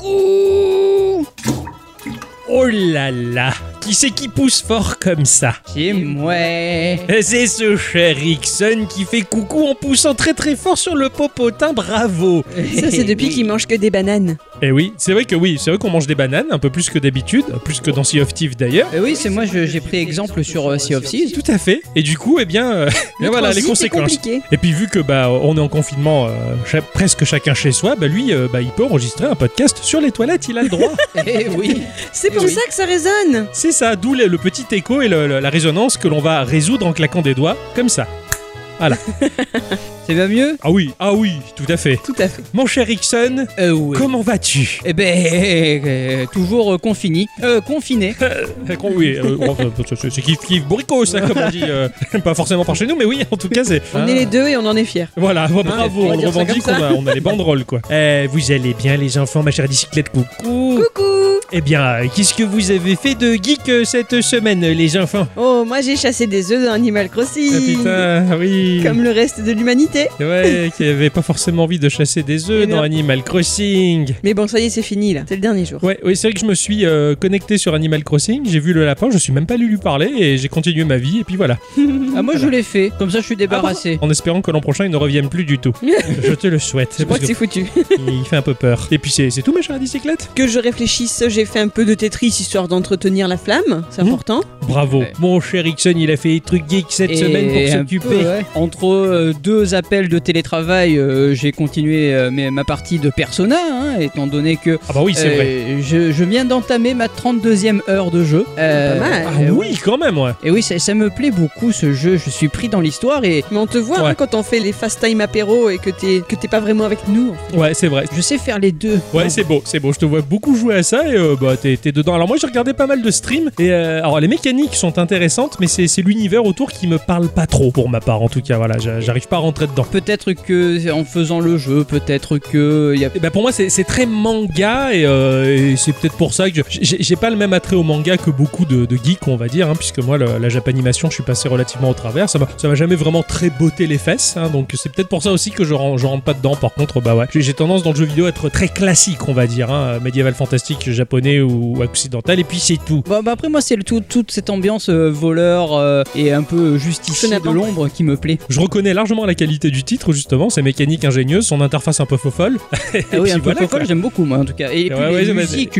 Coucou! Oh là là! Qui c'est qui pousse fort comme ça? C'est moi. C'est ce cher Ixon qui fait coucou en poussant très très fort sur le popotin, bravo! Ça, c'est depuis qu'il mange que des bananes. Eh oui, c'est vrai qu'on mange des bananes, un peu plus que d'habitude, plus que dans Sea of Thieves d'ailleurs. Oui, c'est moi, j'ai pris exemple sur Sea of Thieves. Tout à fait, et du coup, eh bien, voilà les conséquences. Et puis vu que on est en confinement presque chacun chez soi, lui, il peut enregistrer un podcast sur les toilettes, il a le droit. Eh oui. C'est pour ça que ça résonne. C'est ça, d'où le petit écho et la résonance que l'on va résoudre en claquant des doigts, comme ça. Voilà. C'est bien mieux? Ah oui, tout à fait. Tout à fait. Mon cher Ixon, Oui. comment vas-tu? Eh ben, toujours confiné. Oui, c'est kiff bourricot, ça, comme on dit. Pas forcément par chez nous, mais oui, en tout cas, c'est... On est les deux et on en est fiers. Voilà, bravo, on va on le dire ça revendique, comme ça. on a les banderoles, quoi. Vous allez bien, les enfants, ma chère bicyclette, coucou. Coucou. Eh bien, qu'est-ce que vous avez fait de geek cette semaine, les enfants? Oh, moi j'ai chassé des œufs dans Animal Crossing. Ah putain, oui. Comme le reste de l'humanité. Ouais, qui avait pas forcément envie de chasser des œufs dans Animal Crossing. Mais bon, ça y est, c'est fini là. C'est le dernier jour. Ouais, oui, c'est vrai que je me suis connecté sur Animal Crossing, j'ai vu le lapin, je suis même pas allé lui parler et j'ai continué ma vie et puis voilà. Ah, moi je l'ai fait. Comme ça, je suis débarrassé. En espérant que l'an prochain il ne revienne plus du tout. Je te le souhaite. Je crois que c'est foutu. Il fait un peu peur. Et puis c'est tout, ma chère bicyclette. Que je réfléchisse, j'ai fait un peu de Tetris histoire d'entretenir la flamme. C'est important. Bravo. Ouais. Mon cher Ixon, il a fait des trucs geeks cette semaine pour s'occuper. Entre deux appels de télétravail, j'ai continué ma partie de Persona, étant donné que Ah bah oui, c'est vrai. je viens d'entamer ma 32e heure de jeu. Pas mal. Ah oui, quand même, ouais. Et oui, ça me plaît beaucoup ce jeu, je suis pris dans l'histoire et Mais on te voit Ouais. quand on fait les fast time apéro et que t'es pas vraiment avec nous. En fait. Ouais, c'est vrai. je sais faire les deux. Ouais, c'est beau. Je te vois beaucoup jouer à ça et t'es dedans. Alors moi, j'ai regardé pas mal de streams et alors les mécaniques sont intéressantes, mais c'est l'univers autour qui me parle pas trop pour ma part. En tout cas, voilà, j'arrive pas à rentrer dedans. Peut-être que en faisant le jeu, peut-être que y a... Et pour moi, c'est très manga et c'est peut-être pour ça que j'ai pas le même attrait au manga que beaucoup de geeks, on va dire, puisque moi, la japanimation, je suis passé relativement au travers. Ça m'a jamais vraiment très botté les fesses, donc c'est peut-être pour ça aussi que je rentre pas dedans. Par contre, ouais, j'ai tendance dans le jeu vidéo à être très classique, on va dire, médiéval fantastique japonais ou occidental, et puis c'est tout. Bon, après moi c'est toute cette ambiance voleur et un peu justicier de l'ombre qui me plaît. Je reconnais largement la qualité du titre, justement, ses mécaniques ingénieuses, son interface un peu fofolle. Ah oui, un peu folle, j'aime beaucoup moi en tout cas. Et puis ouais, les musiques.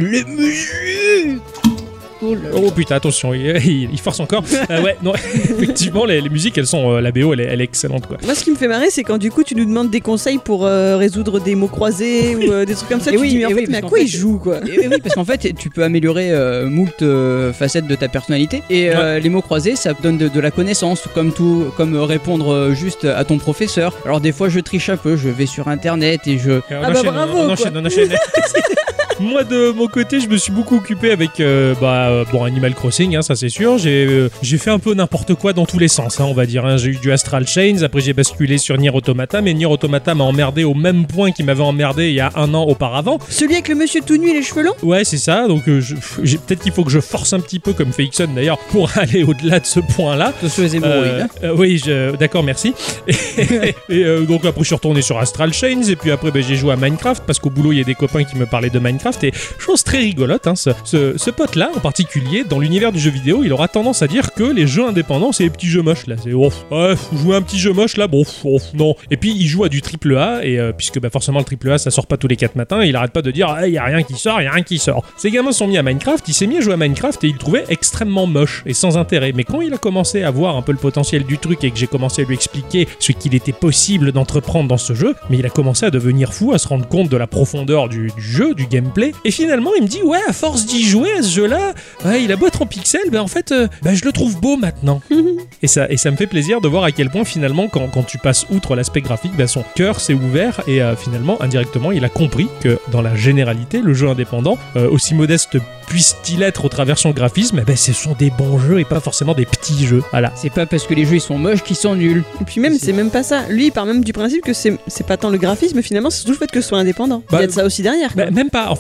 Oh putain, attention, il force encore. Ouais, non, effectivement, les musiques, elles sont. La BO, elle est excellente, quoi. Moi, ce qui me fait marrer, c'est quand du coup tu nous demandes des conseils pour résoudre des mots croisés ou des trucs comme ça. Et Tu oui, dis, mais, en et fait, oui, mais à parce quoi qu'en il fait- joue quoi? Et oui, parce qu'en fait, tu peux améliorer moult facettes de ta personnalité. Et les mots croisés, ça donne de la connaissance, comme répondre juste à ton professeur. Alors des fois, je triche un peu, je vais sur internet et je. Ah bah bravo, on enchaîne. Moi, de mon côté, je me suis beaucoup occupé avec Animal Crossing, ça c'est sûr. J'ai fait un peu n'importe quoi dans tous les sens, on va dire. J'ai eu du Astral Chains, après j'ai basculé sur Nier Automata, mais Nier Automata m'a emmerdé au même point qu'il m'avait emmerdé il y a 1 an auparavant. Celui avec le monsieur tout nu et les cheveux longs? Ouais, c'est ça. Donc peut-être qu'il faut que je force un petit peu, comme fait Ixon d'ailleurs, pour aller au-delà de ce point-là. Attention les hémorroïdes. Oui, d'accord, merci. Et donc après je suis retourné sur Astral Chains et puis après j'ai joué à Minecraft parce qu'au boulot il y a des copains qui me parlaient de Minecraft et chose très rigolote, ce pote-là en particulier dans l'univers du jeu vidéo, il aura tendance à dire que les jeux indépendants c'est les petits jeux moches là. C'est jouer un petit jeu moche là, non. Et puis il joue à du triple A et puisque forcément le triple A ça sort pas tous les 4 matins, il arrête pas de dire y a rien qui sort. Ces gamins sont mis à Minecraft, il s'est mis à jouer à Minecraft et il le trouvait extrêmement moche et sans intérêt. Mais quand il a commencé à voir un peu le potentiel du truc et que j'ai commencé à lui expliquer ce qu'il était possible d'entreprendre dans ce jeu, mais il a commencé à devenir fou, à se rendre compte de la profondeur du jeu, du gameplay. Et finalement, il me dit ouais, à force d'y jouer à ce jeu-là, il a beau être en pixel, en fait, je le trouve beau maintenant. et ça me fait plaisir de voir à quel point finalement, quand tu passes outre l'aspect graphique, son cœur s'est ouvert et finalement, indirectement, il a compris que dans la généralité, le jeu indépendant, aussi modeste puisse-t-il être au travers son graphisme, ce sont des bons jeux et pas forcément des petits jeux. Voilà. C'est pas parce que les jeux ils sont moches qu'ils sont nuls. Et puis même, c'est même pas ça. Lui, il part même du principe que c'est pas tant le graphisme, finalement, c'est surtout le fait que ce soit indépendant. Il y a de ça aussi derrière. quoi. Même pas. En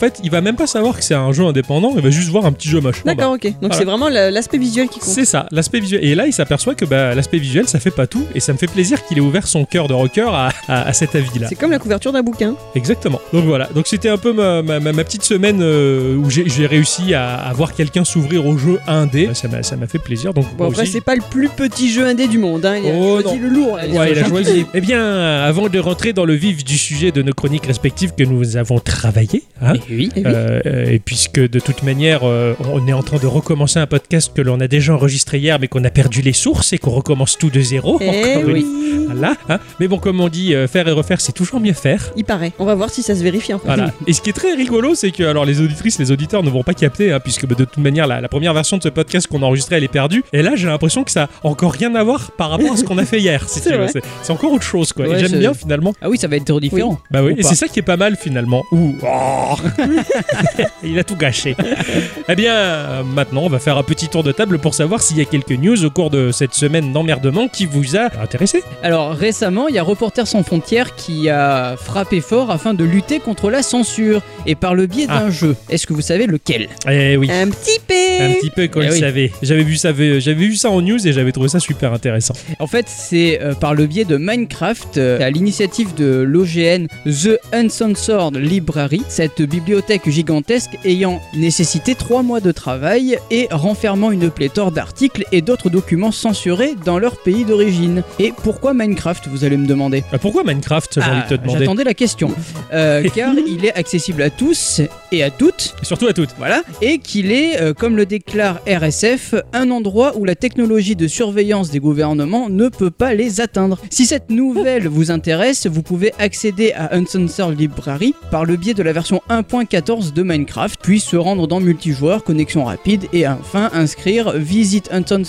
fait, il va même pas savoir que c'est un jeu indépendant, il va juste voir un petit jeu moche. D'accord, ok. Donc Voilà. c'est vraiment l'aspect visuel qui compte. C'est ça, l'aspect visuel. Et là, il s'aperçoit que l'aspect visuel, ça fait pas tout. Et ça me fait plaisir qu'il ait ouvert son cœur de rocker à cet avis-là. C'est comme la couverture d'un bouquin. Exactement. Donc voilà. Donc c'était un peu ma petite semaine où j'ai réussi à voir quelqu'un s'ouvrir au jeu indé. Ça m'a fait plaisir. Donc Bon, moi après, aussi. c'est pas le plus petit jeu indé du monde. Hein. Il a Oh, choisi non. le lourd. Là. Ouais, il a choisi. Eh bien, avant de rentrer dans le vif du sujet de nos chroniques respectives que nous avons travaillées, hein, Et oui. Et oui. et puisque de toute manière, on est en train de recommencer un podcast que l'on a déjà enregistré hier, mais qu'on a perdu les sources et qu'on recommence tout de zéro. Eh encore oui. Voilà, hein. Mais bon, comme on dit, faire et refaire, c'est toujours mieux faire. Il paraît. On va voir si ça se vérifie en fait. Voilà. Et ce qui est très rigolo, c'est que alors les auditrices, les auditeurs ne vont pas capter, hein, puisque de toute manière, la première version de ce podcast qu'on a enregistré, elle est perdue. Et là, j'ai l'impression que ça a encore rien à voir par rapport à ce qu'on a fait hier. Si C'est tu veux. vrai. C'est encore autre chose, quoi. Ouais, et j'aime c'est- bien finalement. Ah oui, ça va être différent. Bah oui, Ou et pas. c'est ça qui est pas mal finalement. Ouh, oh. Il a tout gâché. Eh bien, maintenant, on va faire un petit tour de table pour savoir s'il y a quelques news au cours de cette semaine d'emmerdement qui vous a intéressé. Alors récemment, il y a Reporters sans frontières qui a frappé fort afin de lutter contre la censure et par le biais d'un jeu. Est-ce que vous savez lequel? Eh oui. Un petit peu. Un petit peu qu'on Eh le oui. savait. J'avais vu ça en news et j'avais trouvé ça super intéressant. En fait, c'est par le biais de Minecraft, à l'initiative de l'OGN The Uncensored Library, cette bibliothèque gigantesque ayant nécessité 3 mois de travail et renfermant une pléthore d'articles et d'autres documents censurés dans leur pays d'origine. Et pourquoi Minecraft, vous allez me demander? Pourquoi Minecraft, j'ai envie de te demander. J'attendais la question. Car il est accessible à tous et à toutes. Et surtout à toutes. Voilà, et qu'il est, comme le déclare RSF, un endroit où la technologie de surveillance des gouvernements ne peut pas les atteindre. Si cette nouvelle vous intéresse, vous pouvez accéder à Uncensored Library par le biais de la version 1.14 de Minecraft, puis se rendre dans multijoueur, connexion rapide, et enfin inscrire visite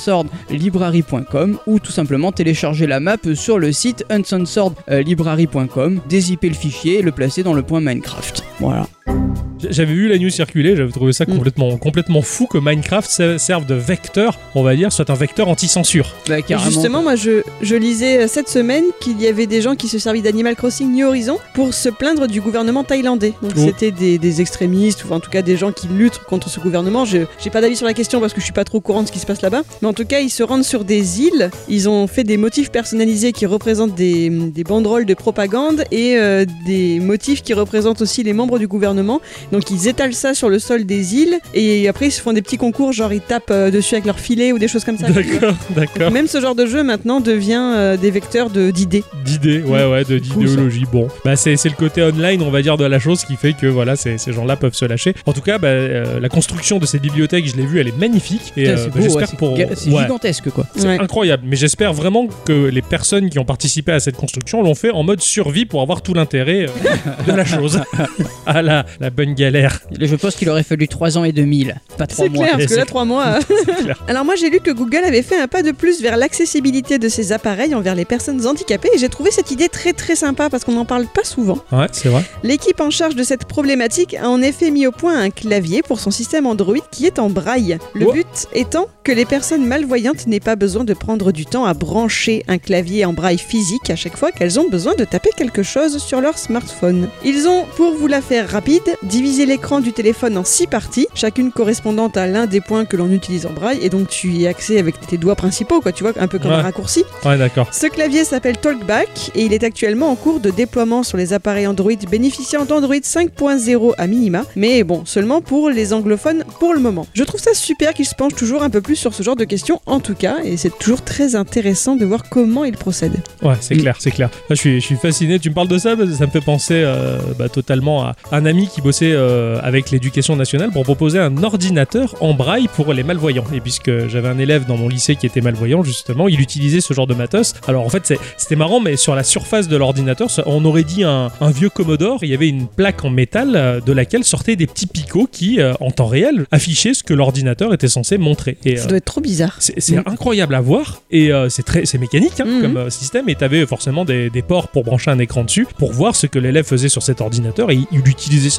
uncensoredlibrary.com ou tout simplement télécharger la map sur le site uncensoredlibrary.com, dézipper le fichier et le placer dans le point Minecraft. Voilà. J'avais vu la news circuler, j'avais trouvé ça complètement fou que Minecraft serve de vecteur, on va dire, soit un vecteur anti-censure. Bah, Et carrément. justement, moi je lisais cette semaine qu'il y avait des gens qui se servaient d'Animal Crossing New Horizon pour se plaindre du gouvernement thaïlandais. Donc Oh. c'était des extrémistes, ou en tout cas des gens qui luttent contre ce gouvernement. J'ai pas d'avis sur la question parce que je suis pas trop au courant de ce qui se passe là-bas. Mais en tout cas, ils se rendent sur des îles, ils ont fait des motifs personnalisés qui représentent des banderoles de propagande et des motifs qui représentent aussi les membres du gouvernement. Donc ils étalent ça sur le sol des îles et après ils se font des petits concours, genre ils tapent dessus avec leur filet ou des choses comme ça. D'accord. Même ce genre de jeu maintenant devient des vecteurs d'idées. D'idées, d'idéologie. Bon, bah c'est le côté online, on va dire, de la chose qui fait que voilà, ces gens-là peuvent se lâcher. En tout cas, la construction de cette bibliothèque, je l'ai vue, elle est magnifique. Et Putain, c'est beau, j'espère ouais, pour. c'est Ouais. gigantesque quoi. C'est Ouais. incroyable, mais j'espère vraiment que les personnes qui ont participé à cette construction l'ont fait en mode survie pour avoir tout l'intérêt de la chose. Ah la bonne galère. Je pense qu'il aurait fallu 3 ans et demi là, pas 3 C'est mois. clair, parce que C'est là 3 mois. clair. Alors moi j'ai lu que Google avait fait un pas de plus vers l'accessibilité de ses appareils envers les personnes handicapées et j'ai trouvé cette idée très très sympa parce qu'on n'en parle pas souvent. Ouais, c'est vrai. L'équipe en charge de cette problématique a en effet mis au point un clavier pour son système Android qui est en braille. Le Oh. but étant que les personnes malvoyantes n'aient pas besoin de prendre du temps à brancher un clavier en braille physique à chaque fois qu'elles ont besoin de taper quelque chose sur leur smartphone. Ils ont, pour vous la faire rapide, divisé l'écran du téléphone en 6 parties, chacune correspondant à l'un des points que l'on utilise en braille et donc tu y as accès avec tes doigts principaux, quoi, tu vois, un peu comme Ouais. un raccourci. Ouais, d'accord. Ce clavier s'appelle TalkBack et il est actuellement en cours de déploiement sur les appareils Android bénéficiant d'Android 5.0 à minima, mais bon, seulement pour les anglophones pour le moment. Je trouve ça super qu'ils se penchent toujours un peu plus sur ce genre de questions en tout cas, et c'est toujours très intéressant de voir comment ils procèdent. Ouais, c'est clair, c'est clair. Là, je suis fasciné. Tu me parles de ça, parce que ça me fait penser totalement à un ami qui bossait avec l'éducation nationale pour proposer un ordinateur en braille pour les malvoyants. Et puisque j'avais un élève dans mon lycée qui était malvoyant, justement, il utilisait ce genre de matos. Alors en fait, c'était marrant, mais sur la surface de l'ordinateur, on aurait dit un vieux Commodore. Il y avait une plaque en métal de laquelle sortaient des petits picots qui, en temps réel, affichaient ce que l'ordinateur était censé montrer. Et, Ça doit être trop bizarre. c'est incroyable à voir et c'est mécanique hein, Mhm. comme système et t'avais forcément des ports pour brancher un écran dessus pour voir ce que l'élève faisait sur cet ordinateur et il utilisait cet ordinateur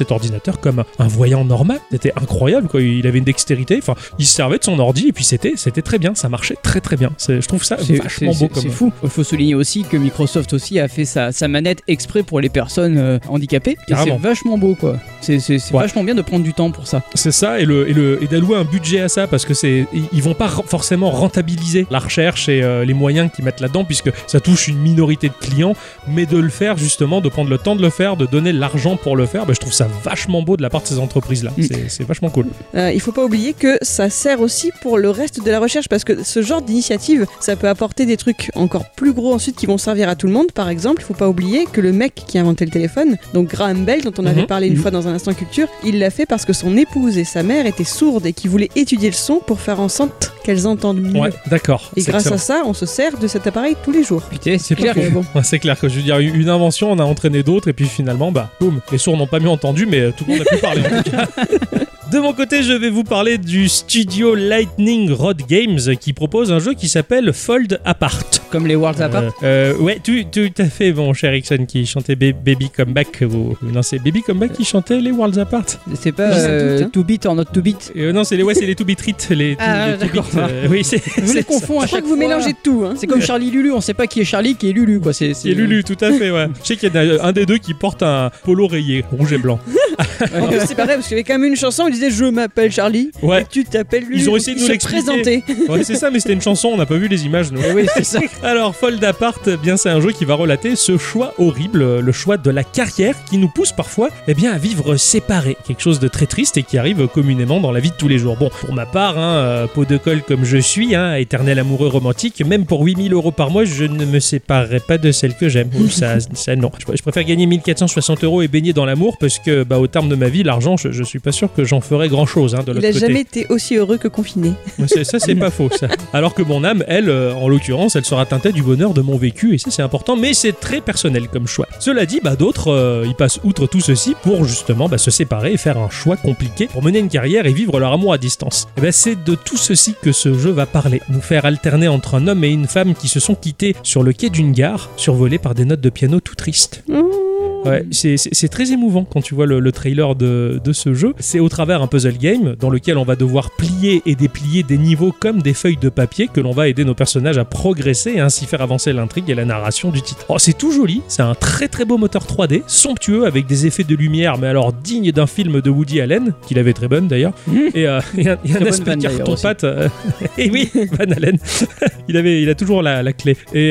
ordinateur comme un voyant normal. C'était incroyable, quoi. Il avait une dextérité. Enfin, il se servait de son ordi et puis c'était très bien. Ça marchait très très bien. Je trouve ça vachement beau. C'est fou. Il faut souligner aussi que Microsoft aussi a fait sa manette exprès pour les personnes handicapées. Et c'est vachement beau, quoi. C'est vachement bien de prendre du temps pour ça. C'est ça, et d'allouer un budget à ça, parce que ils vont pas forcément rentabiliser la recherche et les moyens qu'ils mettent là-dedans, puisque ça touche une minorité de clients, mais de le faire justement, de prendre le temps de le faire, de donner l'argent pour le faire, je trouve ça vachement beau de la part de ces entreprises-là. C'est vachement cool. Il faut pas oublier que ça sert aussi pour le reste de la recherche, parce que ce genre d'initiative, ça peut apporter des trucs encore plus gros ensuite qui vont servir à tout le monde. Par exemple, il faut pas oublier que le mec qui a inventé le téléphone, donc Graham Bell, dont on avait parlé une fois dans un instant culture, il l'a fait parce que son épouse et sa mère étaient sourdes et qui voulaient étudier le son pour faire en sorte qu'elles entendent mieux. Ouais, d'accord. Et grâce à ça, on se sert de cet appareil tous les jours. Putain, c'est clair. Bon. Ouais, c'est clair que je veux dire, une invention, on a entraîné d'autres et puis finalement, boum, les sourds n'ont pas mieux entendu, mais tout le monde a pu parler en tout cas. De mon côté, je vais vous parler du studio Lightning Rod Games qui propose un jeu qui s'appelle Fold Apart. Comme les Worlds Apart. Ouais, tout à fait, mon cher Ixon qui chantait Baby Come Back. Non, c'est Baby Come Back qui chantait les Worlds Apart. C'est pas To Beat or Not To Beat. Non, c'est les To Beat Rit. D'accord. Oui, c'est. Vous les confondez à chaque fois. Je crois que vous mélangez tout. Hein. C'est comme Charlie Lulu, on sait pas qui est Charlie, qui est Lulu, quoi. C'est Lulu, tout à fait, ouais. Je sais qu'il y en a un des deux qui porte un polo rayé, rouge et blanc. En plus, c'est pas vrai, parce qu'il y avait quand même une chanson où il disait « Je m'appelle Charlie, ouais. et tu t'appelles Lulu ». Ils ont essayé de nous l'expliquer. Ouais, c'est ça, mais c'était une chanson, on n'a pas vu les images, nous. Oui, c'est ça. Alors, Fold Apart, bien, c'est un jeu qui va relater ce choix horrible, le choix de la carrière qui nous pousse parfois à vivre séparés. Quelque chose de très triste et qui arrive communément dans la vie de tous les jours. Bon, pour ma part, peau de colle comme je suis, éternel amoureux romantique, même pour 8 000 € par mois, je ne me séparerai pas de celle que j'aime. Ça non. Je préfère gagner 1 460 € et baigner dans l'amour parce que, au terme de ma vie, l'argent, je suis pas sûr que j'en ferai grand chose de l'autre côté. Il a jamais été aussi heureux que confiné. Ça, c'est pas faux, ça. Alors que mon âme, elle, en l'occurrence, elle sera teintée du bonheur de mon vécu, et ça, c'est important, mais c'est très personnel comme choix. Cela dit, d'autres, ils passent outre tout ceci pour justement se séparer et faire un choix compliqué pour mener une carrière et vivre leur amour à distance. Et c'est de tout ceci que ce jeu va parler. Nous faire alterner entre un homme et une femme qui se sont quittés sur le quai d'une gare, survolés par des notes de piano tout tristes. Ouais, c'est très émouvant quand tu vois le trailer de ce jeu. C'est au travers un puzzle game dans lequel on va devoir plier et déplier des niveaux comme des feuilles de papier que l'on va aider nos personnages à progresser et ainsi faire avancer l'intrigue et la narration du titre. Oh, c'est tout joli, c'est un très très beau moteur 3D, somptueux avec des effets de lumière, mais alors digne d'un film de Woody Allen, qu'il avait très bonne d'ailleurs, et un aspect carton-pâte. Et oui, Van Allen, il a toujours la clé. Et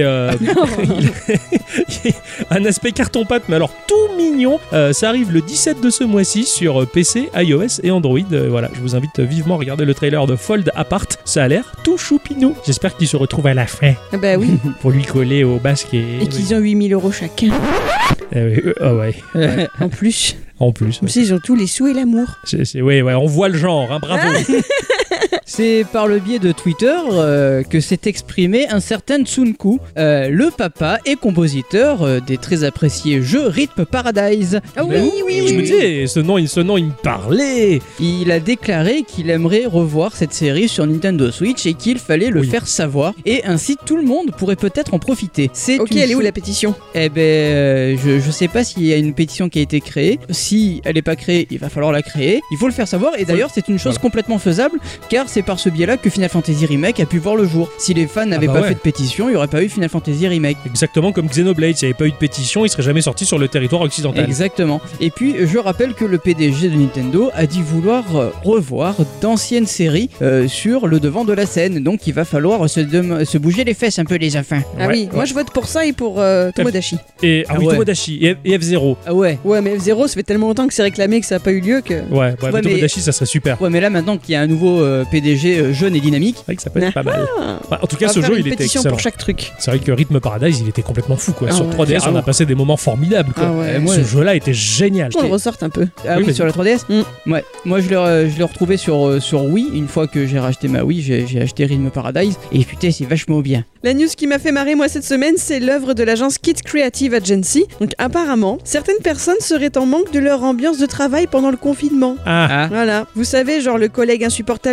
un aspect carton-pâte, mais alors tout mignon. Ça arrive le 17 de ce mois-ci sur PC, iOS et Android. Voilà, je vous invite vivement à regarder le trailer de Fold Apart. Ça a l'air tout choupinou. J'espère qu'ils se retrouvent à la fin. Ah bah oui. Pour lui coller au basque et qu'ils ont 8 000 € chacun. Ouais. En plus. En plus. Comme ils ont tous les sous et l'amour. Ouais, on voit le genre, bravo. C'est par le biais de Twitter que s'est exprimé un certain Tsunku, le papa et compositeur des très appréciés jeux Rhythm Paradise. Ah oui. Je me disais, ce nom, il me parlait. Il a déclaré qu'il aimerait revoir cette série sur Nintendo Switch et qu'il fallait le faire savoir. Et ainsi, tout le monde pourrait peut-être en profiter. Elle est où la pétition ? Eh ben, je sais pas s'il y a une pétition qui a été créée. Si elle n'est pas créée, il va falloir la créer. Il faut le faire savoir. Et d'ailleurs, c'est une chose complètement faisable, car c'est par ce biais-là que Final Fantasy Remake a pu voir le jour. Si les fans n'avaient pas fait de pétition, il n'y aurait pas eu Final Fantasy Remake. Exactement comme Xenoblade, s'il n'y avait pas eu de pétition, il serait jamais sorti sur le territoire occidental. Exactement. Et puis, je rappelle que le PDG de Nintendo a dit vouloir revoir d'anciennes séries sur le devant de la scène. Donc, il va falloir se bouger les fesses un peu, les enfants. Ah oui, moi je vote pour ça et pour Tomodachi. Tomodachi et F0. Ah ouais. Ouais, mais F0, ça fait tellement longtemps que c'est réclamé que ça n'a pas eu lieu que... Ouais, Tomodachi, ça serait super. Ouais, mais là, maintenant qu'il y a un nouveau PDG jeune et dynamique... C'est vrai que ça peut être pas mal. Enfin, en tout cas, ce jeu, il était excellent. Pour chaque truc. C'est vrai que Rhythm Paradise, il était complètement fou, quoi. Sur 3DS, on a passé des moments formidables, quoi. Ce jeu-là était génial. On le ressorte un peu. Ah oui, sur la 3DS. Ouais. Moi, je l'ai retrouvé sur Wii. Une fois que j'ai racheté ma Wii, j'ai acheté Rhythm Paradise. Et putain, c'est vachement bien. La news qui m'a fait marrer, moi, cette semaine, c'est l'œuvre de l'agence Kit Creative Agency. Donc, apparemment, certaines personnes seraient en manque de leur ambiance de travail pendant le confinement. Voilà. Vous savez, genre le collègue insupportable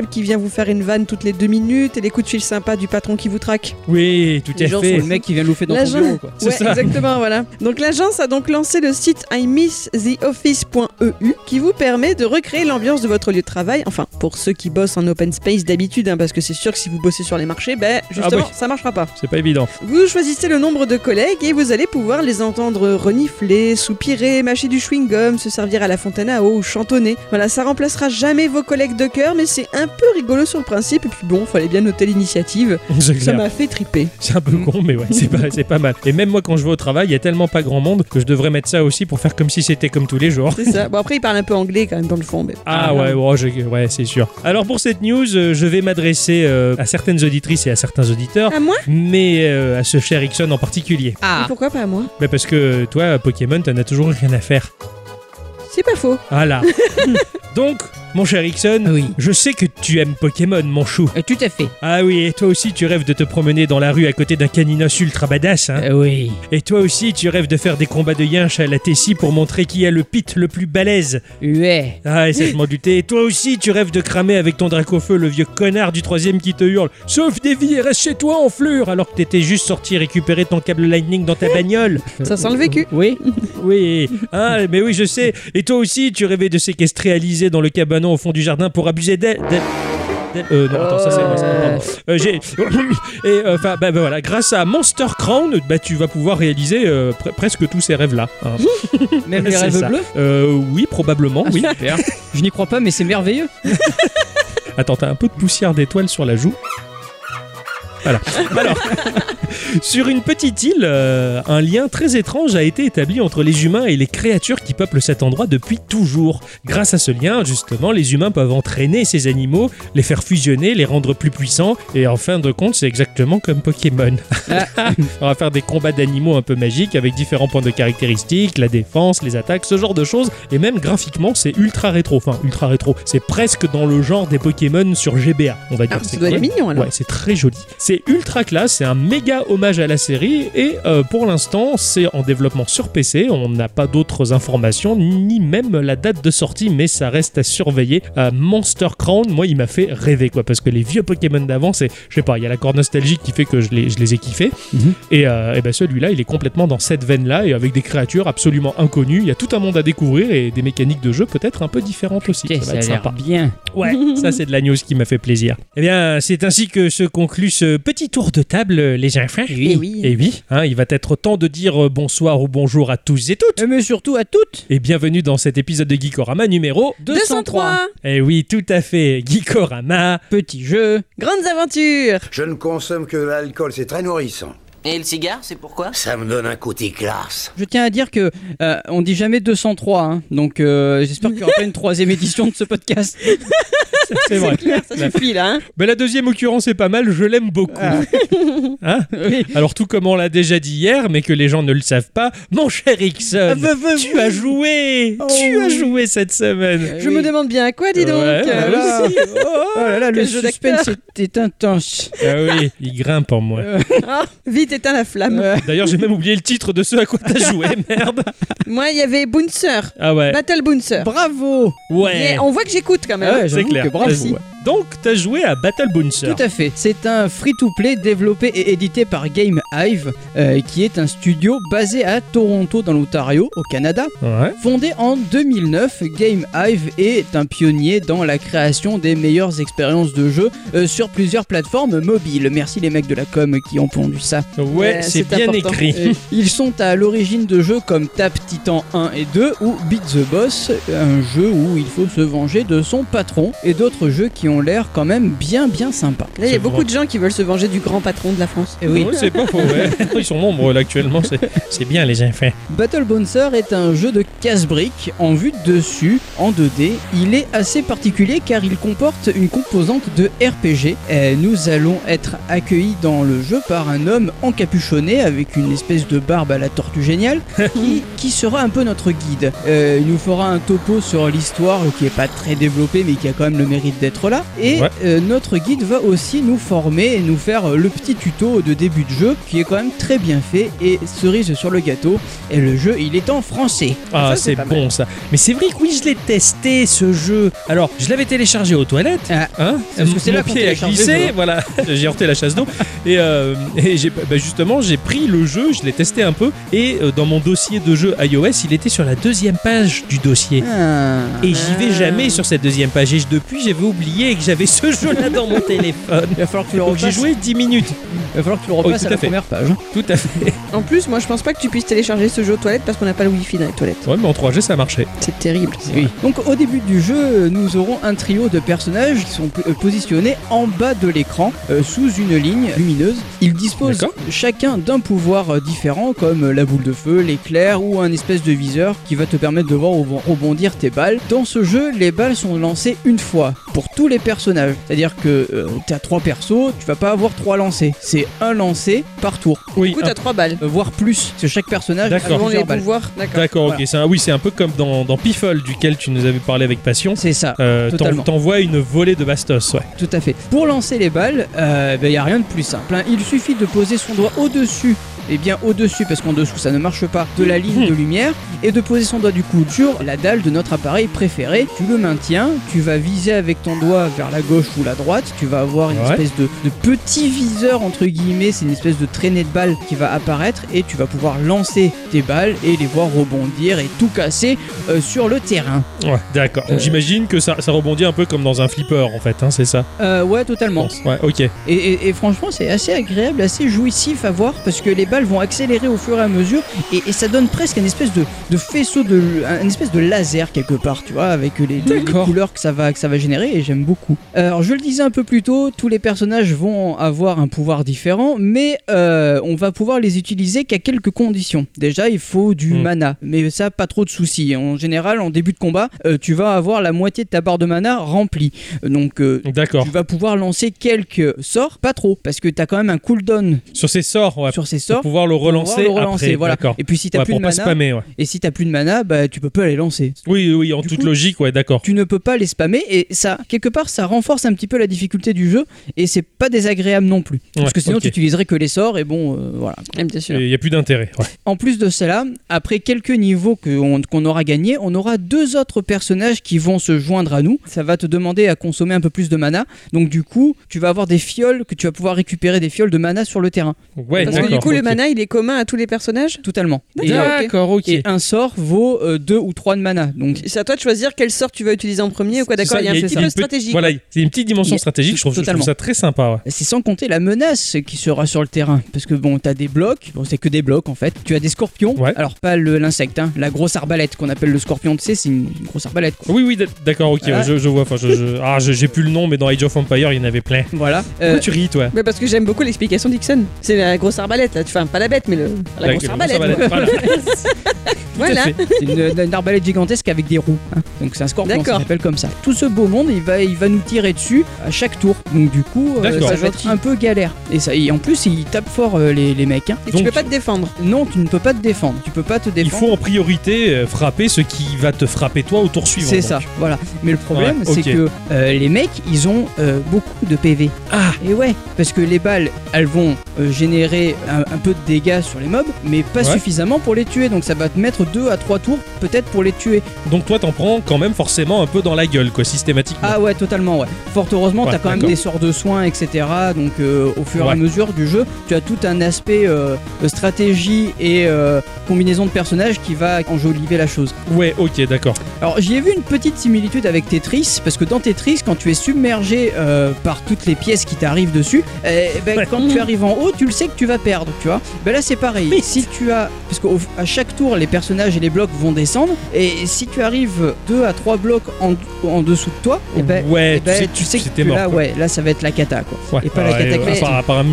agréable qui vient vous faire une vanne toutes les 2 minutes et les coups de fil sympas du patron qui vous traque. Oui, tout Les à gens fait. sont le mec qui vient louffer dans ton bureau, quoi. C'est Ouais, ça. exactement, voilà. Donc l'agence a donc lancé le site imisstheoffice.eu qui vous permet de recréer l'ambiance de votre lieu de travail. Enfin, pour ceux qui bossent en open space d'habitude, hein, parce que c'est sûr que si vous bossez sur les marchés, justement, ça marchera pas. C'est pas évident. Vous choisissez le nombre de collègues et vous allez pouvoir les entendre renifler, soupirer, mâcher du chewing-gum, se servir à la fontaine à eau ou chantonner. Voilà, ça remplacera jamais vos collègues de cœur, mais c'est un peu rigolo sur le principe. Et puis bon, fallait bien noter l'initiative. C'est Ça clair. m'a fait triper. C'est un peu con, mais ouais, c'est pas mal. Et même moi, quand je vais au travail, il y a tellement pas grand monde que je devrais mettre ça aussi pour faire comme si c'était comme tous les jours. C'est ça. Bon, après, il parle un peu anglais quand même dans le fond. Mais... Ah ouais, ouais, c'est sûr. Alors pour cette news, je vais m'adresser à certaines auditrices et à certains auditeurs, À moi mais à ce cher Ixon en particulier. Et Ah, pourquoi pas à moi? Bah parce que toi, Pokémon, t'en as toujours rien à faire. C'est pas faux. Voilà. Donc, mon cher Ixon, oui. je sais que tu aimes Pokémon, mon chou. Tout à fait. Ah oui, et toi aussi tu rêves de te promener dans la rue à côté d'un caninos ultra badass, hein. Oui. Et toi aussi tu rêves de faire des combats de yinche à la Tessie pour montrer qui a le pit le plus balèze. Ouais. Ah, et ça je m'en doutais. Et toi aussi tu rêves de cramer avec ton Dracofeu le vieux connard du 3ème qui te hurle « Sauve des vies et reste chez toi, enflure !» alors que t'étais juste sorti récupérer ton câble Lightning dans ta bagnole. Ça sent le vécu. Oui. Oui, ah, mais oui je sais. Et toi aussi tu rêvais de séquestrer Alizée dans le cabanon au fond du jardin pour abuser d'elle. Non, attends, ça c'est moi, ça. Pardon. Enfin, voilà, grâce à Monster Crown, tu vas pouvoir réaliser presque tous ces rêves-là. Hein. Même les C'est rêves ça. bleus. Oui, probablement, oui. Super. Je n'y crois pas, mais c'est merveilleux. Attends, t'as un peu de poussière d'étoile sur la joue. Voilà. Alors, sur une petite île, un lien très étrange a été établi entre les humains et les créatures qui peuplent cet endroit depuis toujours. Grâce à ce lien, justement, les humains peuvent entraîner ces animaux, les faire fusionner, les rendre plus puissants, et en fin de compte, c'est exactement comme Pokémon. On va faire des combats d'animaux un peu magiques avec différents points de caractéristiques, la défense, les attaques, ce genre de choses, et même graphiquement, c'est ultra rétro. Enfin, ultra rétro. C'est presque dans le genre des Pokémon sur GBA, on va dire. Ah, ça doit être mignon alors. Ouais, c'est très joli. C'est ultra classe, c'est un méga hommage à la série et pour l'instant c'est en développement sur PC, on n'a pas d'autres informations ni même la date de sortie, mais ça reste à surveiller. Monster Crown, moi il m'a fait rêver quoi, parce que les vieux Pokémon d'avant, c'est, je sais pas, il y a l'accord nostalgique qui fait que je les ai kiffés et celui-là il est complètement dans cette veine là et avec des créatures absolument inconnues, il y a tout un monde à découvrir et des mécaniques de jeu peut-être un peu différentes aussi. Ça va a être l'air sympa. bien. Ouais, ça c'est de la news qui m'a fait plaisir. Eh bien, c'est ainsi que se conclut ce petit tour de table, les enfants. Eh oui. Et oui, hein, il va être temps de dire bonsoir ou bonjour à tous et toutes. Mais surtout à toutes. Et bienvenue dans cet épisode de Geekorama numéro 203. Eh oui, tout à fait, Geekorama. Petit jeu. Grandes aventures. Je ne consomme que de l'alcool, c'est très nourrissant. Et le cigare, c'est pourquoi? Ça me donne un côté classe. Je tiens à dire que on dit jamais 203, hein, donc j'espère qu'il n'y aura pas une 3e édition de ce podcast. C'est vrai. Ça suffit là. Hein. Mais la deuxième occurrence est pas mal, je l'aime beaucoup. Hein Oui. Alors tout comme on l'a déjà dit hier, mais que les gens ne le savent pas, mon cher Ixon, tu as joué. Tu as joué cette semaine. Je me demande bien à quoi, dis donc. Ouais, là. aussi. Oh là là, le Quel jeu suspense était intense. Ah oui, il grimpe en moi. Ah, vite éteins la flamme. D'ailleurs, j'ai même oublié le titre de ce à quoi t'as joué, merde. Moi, il y avait Bouncer. Ah ouais. Battle Bouncer. Bravo. Ouais. Et on voit que j'écoute quand même. Ah ouais, C'est j'avoue clair. que bravo. Ouais. Donc, t'as joué à Battle Bouncer. Tout à fait. C'est un free-to-play développé et édité par Game Hive, qui est un studio basé à Toronto dans l'Ontario, au Canada. Ouais. Fondé en 2009, Game Hive est un pionnier dans la création des meilleures expériences de jeu sur plusieurs plateformes mobiles. Merci les mecs de la com qui ont pondu ça. Ouais, c'est bien important. écrit. Ils sont à l'origine de jeux comme Tap Titan 1 et 2 ou Beat the Boss, un jeu où il faut se venger de son patron, et d'autres jeux qui ont l'air quand même bien sympas. Là, il y C'est a beaucoup vrai. de gens qui veulent se venger du grand patron de la France. Et oui. Ouais, c'est pas faux, ouais. Ils sont nombreux là actuellement, c'est bien les enfants. Battle Bouncer est un jeu de casse-briques en vue de dessus, en 2D. Il est assez particulier car il comporte une composante de RPG. Nous allons être accueillis dans le jeu par un homme encapuchonné avec une espèce de barbe à la Tortue Géniale qui sera un peu notre guide. Il nous fera un topo sur l'histoire qui est pas très développé mais qui a quand même le mérite d'être là. mana. Et notre guide va aussi nous former et nous faire le petit tuto de début de jeu qui est quand même très bien fait. Et cerise sur le gâteau, et le jeu il est en français. Ah, Ça, c'est pas bon mal. ça. Mais c'est vrai que oui, je l'ai testé ce jeu. Alors, je l'avais téléchargé aux toilettes. Ah. Hein, Parce que c'est mon là qu'on pied a télécharge glissé, les jeux. voilà, j'ai heurté la chasse d'eau et justement j'ai pris le jeu, je l'ai testé un peu et dans mon dossier de jeu iOS, il était sur la 2e page du dossier. Ah. Et j'y vais jamais sur cette 2e page et depuis j'avais oublié que j'avais ce jeu-là dans mon téléphone. Il va falloir que tu le Donc j'ai repasses. joué 10 minutes. Il va falloir que tu le repasses tout à à la fait. première page. Tout à fait. En plus, moi je pense pas que tu puisses télécharger ce jeu aux toilettes parce qu'on n'a pas le wifi dans les toilettes. Ouais, mais en 3G ça marchait. C'est terrible. Oui. Donc au début du jeu, nous aurons un trio de personnages qui sont positionnés en bas de l'écran sous une ligne lumineuse. Ils disposent D'accord. chacun d'un pouvoir différent comme la boule de feu, l'éclair ou un espèce de viseur qui va te permettre de voir où vont rebondir tes balles. Dans ce jeu, les balles sont lancées une fois pour tous les personnages. C'est-à-dire que tu as 3 persos, tu vas pas avoir 3 lancers. C'est un lancé par tour, Oui. Du coup, t'as 3 balles. voire plus. Parce que chaque personnage a D'accord. Selon les plusieurs balles. pouvoirs. D'accord. D'accord, Voilà. ok. C'est un peu comme dans Pifol, duquel tu nous avais parlé avec passion. C'est ça. T'envoies Totalement. une volée de bastos, ouais. Tout à fait. Pour lancer les balles, il n'y a rien de plus simple. Hein. Il suffit de poser son doigt au-dessus, et bien au-dessus, parce qu'en dessous ça ne marche pas, de la ligne de lumière, et de poser son doigt du coup sur la dalle de notre appareil préféré. Tu le maintiens, tu vas viser avec ton doigt vers la gauche ou la droite, tu vas avoir une Ouais. espèce de petit viseur entre guillemets, c'est une espèce de traînée de balles qui va apparaître, et tu vas pouvoir lancer tes balles et les voir rebondir et tout casser sur le terrain. Ouais, d'accord. Donc j'imagine que ça rebondit un peu comme dans un flipper en fait, hein, c'est ça. Ouais, totalement. Ouais, ok. Et franchement, c'est assez agréable, assez jouissif à voir parce que les balles vont accélérer au fur et à mesure et ça donne presque une espèce de faisceau, une espèce de laser quelque part, tu vois, avec les D'accord. couleurs que ça va générer et j'aime beaucoup. Alors, je le disais un peu plus tôt, tous les personnages vont avoir un pouvoir différent, mais on va pouvoir les utiliser qu'à quelques conditions. Déjà, il faut du mana, mais ça, pas trop de soucis. En général, en début de combat, tu vas avoir la moitié de ta barre de mana remplie. Donc, D'accord. tu vas pouvoir lancer quelques sorts, pas trop, parce que t'as quand même un cooldown Sur ces sorts, ouais. sur ces Pour sorts. pouvoir le relancer, Pour pouvoir après. voilà. D'accord. Et puis si t'as Ouais, plus pour de pas mana, spammer, ouais. et si t'as plus de mana, bah tu peux pas les lancer. Oui, en Du toute coup, logique, ouais, d'accord. Tu ne peux pas les spammer et ça, quelque part, ça renforce un petit peu la difficulté du jeu et c'est pas désagréable non plus. Parce Ouais, que sinon ok. tu utiliserais que les sorts et bon, voilà. Bien sûr. Il n'y a plus d'intérêt. Ouais. En plus de cela, après quelques niveaux qu'on aura gagnés, on aura 2 autres personnages qui vont se joindre à nous. Ça va te demander à consommer un peu plus de mana. Donc du coup, tu vas avoir des fioles que tu vas pouvoir récupérer des fioles de mana sur le terrain. Ouais, Parce que d'accord. du coup, le ok. mana il est commun à tous les personnages. Totalement. D'accord, ok. Et un sort vaut 2 ou 3 de mana. Donc C'est à toi de choisir quel sort tu vas utiliser en premier ou quoi. D'accord, il y a un petit peu de stratégie. Voilà, c'est une petite dimension Il y a- stratégique. Je trouve totalement. ça très sympa. Ouais. c'est sans compter la menace qui sera sur le terrain. Parce que bon, t'as des blocs, bon, c'est que des blocs en fait. Tu as des scorpions, Ouais. alors pas l'insecte, hein, la grosse arbalète qu'on appelle le scorpion, tu sais, c'est une grosse arbalète. Quoi. Oui, d'accord, ok, Voilà. ouais, je vois. Enfin, j'ai plus le nom, mais dans Age of Empire, il y en avait plein. Voilà. Pourquoi tu ris, toi Mais parce que j'aime beaucoup l'explication d'Ixon. C'est la grosse arbalète, là. Enfin, pas la bête, mais la grosse arbalète. Voilà. Voilà. C'est une arbalète gigantesque avec des roues. Hein. Donc c'est un scorpion, ça D'accord. s'appelle comme ça. Tout ce beau monde, il va nous tirer dessus à chaque tour. Donc du coup, D'accord. ça va être un peu galère. Et en plus, il tape fort les mecs. Hein. Et Donc- tu peux pas te défendre. Non, tu ne peux pas te défendre. Tu peux pas te Il défendre. faut en priorité frapper ce qui va te frapper toi au tour suivant. C'est donc. ça, voilà. Mais le problème, Ouais, c'est ok. que les mecs, ils ont beaucoup de PV. Ah, Et ouais, parce que les balles, elles vont générer un peu de dégâts sur les mobs, mais pas Ouais. suffisamment pour les tuer. Donc ça va te mettre 2 à 3 tours, peut-être pour les tuer. donc toi, t'en prends quand même forcément un peu dans la gueule, quoi, systématiquement. Ah ouais, totalement, ouais. Fort heureusement, Ouais, t'as quand même d'accord. des sorts de soins, etc. Donc au fur et à Ouais. mesure du jeu, tu as tout un aspect stratégie et combinaison de personnages qui va enjoliver la chose. Ouais, ok, d'accord. Alors j'y ai vu une petite similitude avec Tetris, parce que dans Tetris, quand tu es submergé par toutes les pièces qui t'arrivent dessus, Ouais. quand tu arrives en haut, tu le sais que tu vas perdre, tu vois. Là c'est pareil, Oui. si tu as... Parce qu'à chaque tour, les personnages et les blocs vont descendre, et si tu arrives 2 à 3 blocs en dessous de toi, Ouais, tu sais que c'était là, mort, quoi. ouais, là ça va être la cata, quoi. Ouais. Et pas la Ouais, cataclysme. à part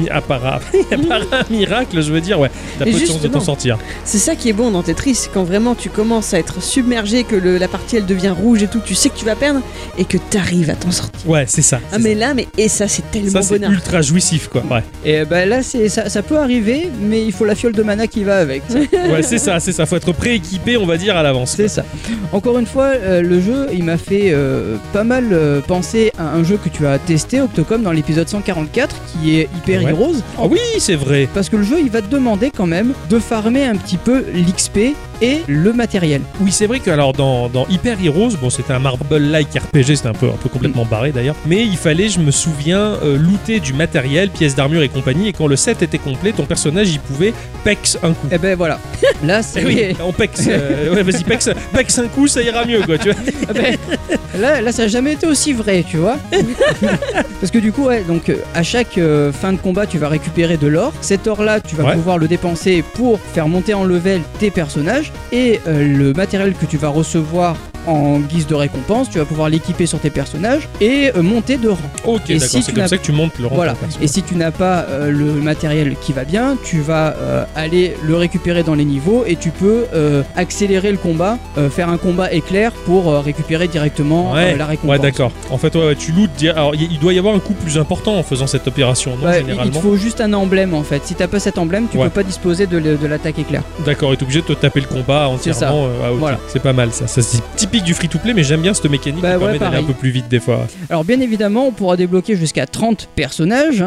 un miracle, je veux dire, ouais, t'as Et peu de chance de t'en justement. sortir. C'est ça qui est bon dans Tetris, quand vraiment tu commences à être submergé, que la partie elle devient rouge et tout, tu sais que tu vas perdre et que t'arrives à t'en sortir. Ouais, c'est ça. Ah mais là, et ça c'est tellement Ça, c'est bonheur. ultra jouissif, quoi. Ouais, Et là, ça peut arriver, mais il faut la fiole de mana qui va avec. ouais c'est ça. Faut être prêt prééquipé, on va dire, à l'avance. C'est ça. Encore une fois, le jeu, il m'a fait pas mal penser à un jeu que tu as testé, Octocom, dans l'épisode 144, qui est Hyper Ouais. Heroes. Ah oui, c'est vrai. Parce que le jeu, il va te demander quand même de farmer un petit peu l'XP et le matériel. Oui, c'est vrai que alors dans Hyper Heroes, bon, c'était un Marble-like RPG, c'était un peu complètement barré d'ailleurs, mais il fallait, je me souviens, looter du matériel, pièces d'armure et compagnie, et quand le set était complet, ton personnage, il pouvait pex un coup. Et ben voilà. Là, c'est... Eh oui, on pex. Ouais, vas-y, pex un coup, ça ira mieux, quoi, tu vois. Ah ben, là, ça n'a jamais été aussi vrai, tu vois. Parce que du coup, ouais, donc à chaque fin de combat, tu vas récupérer de l'or. Cet or-là, tu vas Ouais. pouvoir le dépenser pour faire monter en level tes personnages. Et le matériel que tu vas recevoir en guise de récompense, tu vas pouvoir l'équiper sur tes personnages et monter de rang. Ok, Et d'accord, si c'est tu comme n'as- ça que tu montes le rang. Voilà. de ton perso. Et si tu n'as pas le matériel qui va bien, tu vas aller le récupérer dans les niveaux et tu peux accélérer le combat, faire un combat éclair pour récupérer directement la récompense. Ouais, d'accord. En fait, ouais, tu lootes. Alors, il doit y avoir un coût plus important en faisant cette opération, non, Ouais, il te généralement. faut juste un emblème en fait. Si t'as pas cet emblème, tu Ouais. peux pas disposer de l'attaque éclair. D'accord, et t'es obligé de te taper le combat C'est ça. entièrement. Ah, ok. Voilà. C'est pas mal ça. Ça c'est typique du free-to-play, mais j'aime bien cette mécanique Bah qui ouais, permet d'aller pareil. un peu plus vite des fois. Alors bien évidemment, on pourra débloquer jusqu'à 30 personnages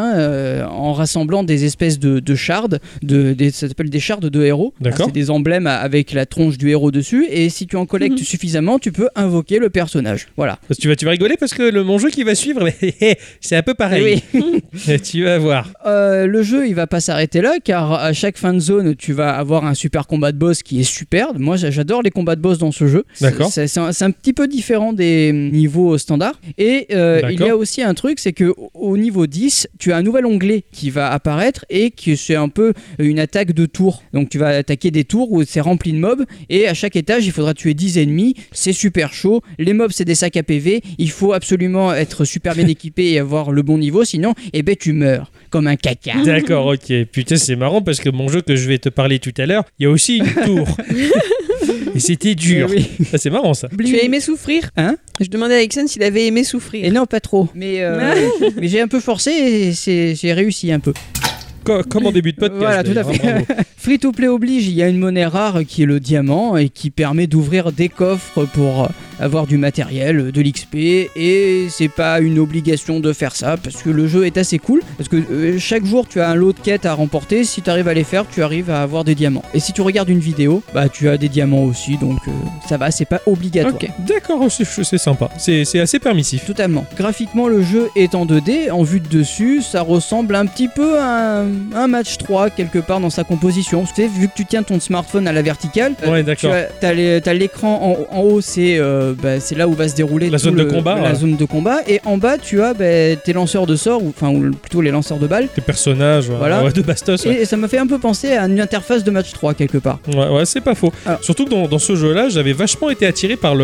en rassemblant des espèces de shards, ça s'appelle des shards de héros. D'accord. C'est des emblèmes avec la tronche du héros dessus, et si tu en collectes suffisamment, tu peux invoquer le personnage. Voilà. Parce que tu vas rigoler parce que mon jeu qui va suivre, c'est un peu pareil. Tu vas voir. Le jeu, il va pas s'arrêter là, car à chaque fin de zone, tu vas avoir un super combat de boss qui est superbe. Moi, j'adore les combats de boss dans ce jeu. D'accord. C'est un petit peu différent des niveaux standards. Et il y a aussi un truc, c'est que au niveau 10, tu as un nouvel onglet qui va apparaître et que c'est un peu une attaque de tour. Donc tu vas attaquer des tours où c'est rempli de mobs, et à chaque étage, il faudra tuer 10 ennemis. C'est super chaud. Les mobs, c'est des sacs à PV. Il faut absolument être super bien équipé et avoir le bon niveau, sinon, eh ben, tu meurs comme un caca. D'accord, ok. Putain, c'est marrant parce que mon jeu que je vais te parler tout à l'heure, il y a aussi une tour. Et c'était dur. Eh oui. Ah, c'est marrant ça. Tu as aimé souffrir Hein? Je demandais à Ixon s'il avait aimé souffrir. Et non, pas trop. Mais j'ai un peu forcé et j'ai réussi un peu. Comme en début de podcast. Voilà, tout à d'ailleurs, fait. bravo. Free to play oblige, il y a une monnaie rare qui est le diamant et qui permet d'ouvrir des coffres pour avoir du matériel, de l'XP, et c'est pas une obligation de faire ça parce que le jeu est assez cool, parce que chaque jour tu as un lot de quêtes à remporter. Si tu arrives à les faire, tu arrives à avoir des diamants, et si tu regardes une vidéo, bah tu as des diamants aussi, donc ça va, c'est pas obligatoire. Ok, d'accord, c'est sympa. C'est assez permissif. Totalement. Graphiquement, le jeu est en 2D, en vue de dessus, ça ressemble un petit peu à un match 3 quelque part dans sa composition. Tu sais, vu que tu tiens ton smartphone à la verticale, Ouais, d'accord. t'as l'écran en haut, c'est là où va se dérouler La tout zone de combat, la voilà. zone de combat, et en bas tu as tes lanceurs de sorts, ou plutôt les lanceurs de balles. Les personnages, Voilà. ouais, de bastos. Ouais. Et ça m'a fait un peu penser à une interface de match 3 quelque part. Ouais, c'est pas faux. Alors- Surtout que dans ce jeu-là, j'avais vachement été attiré par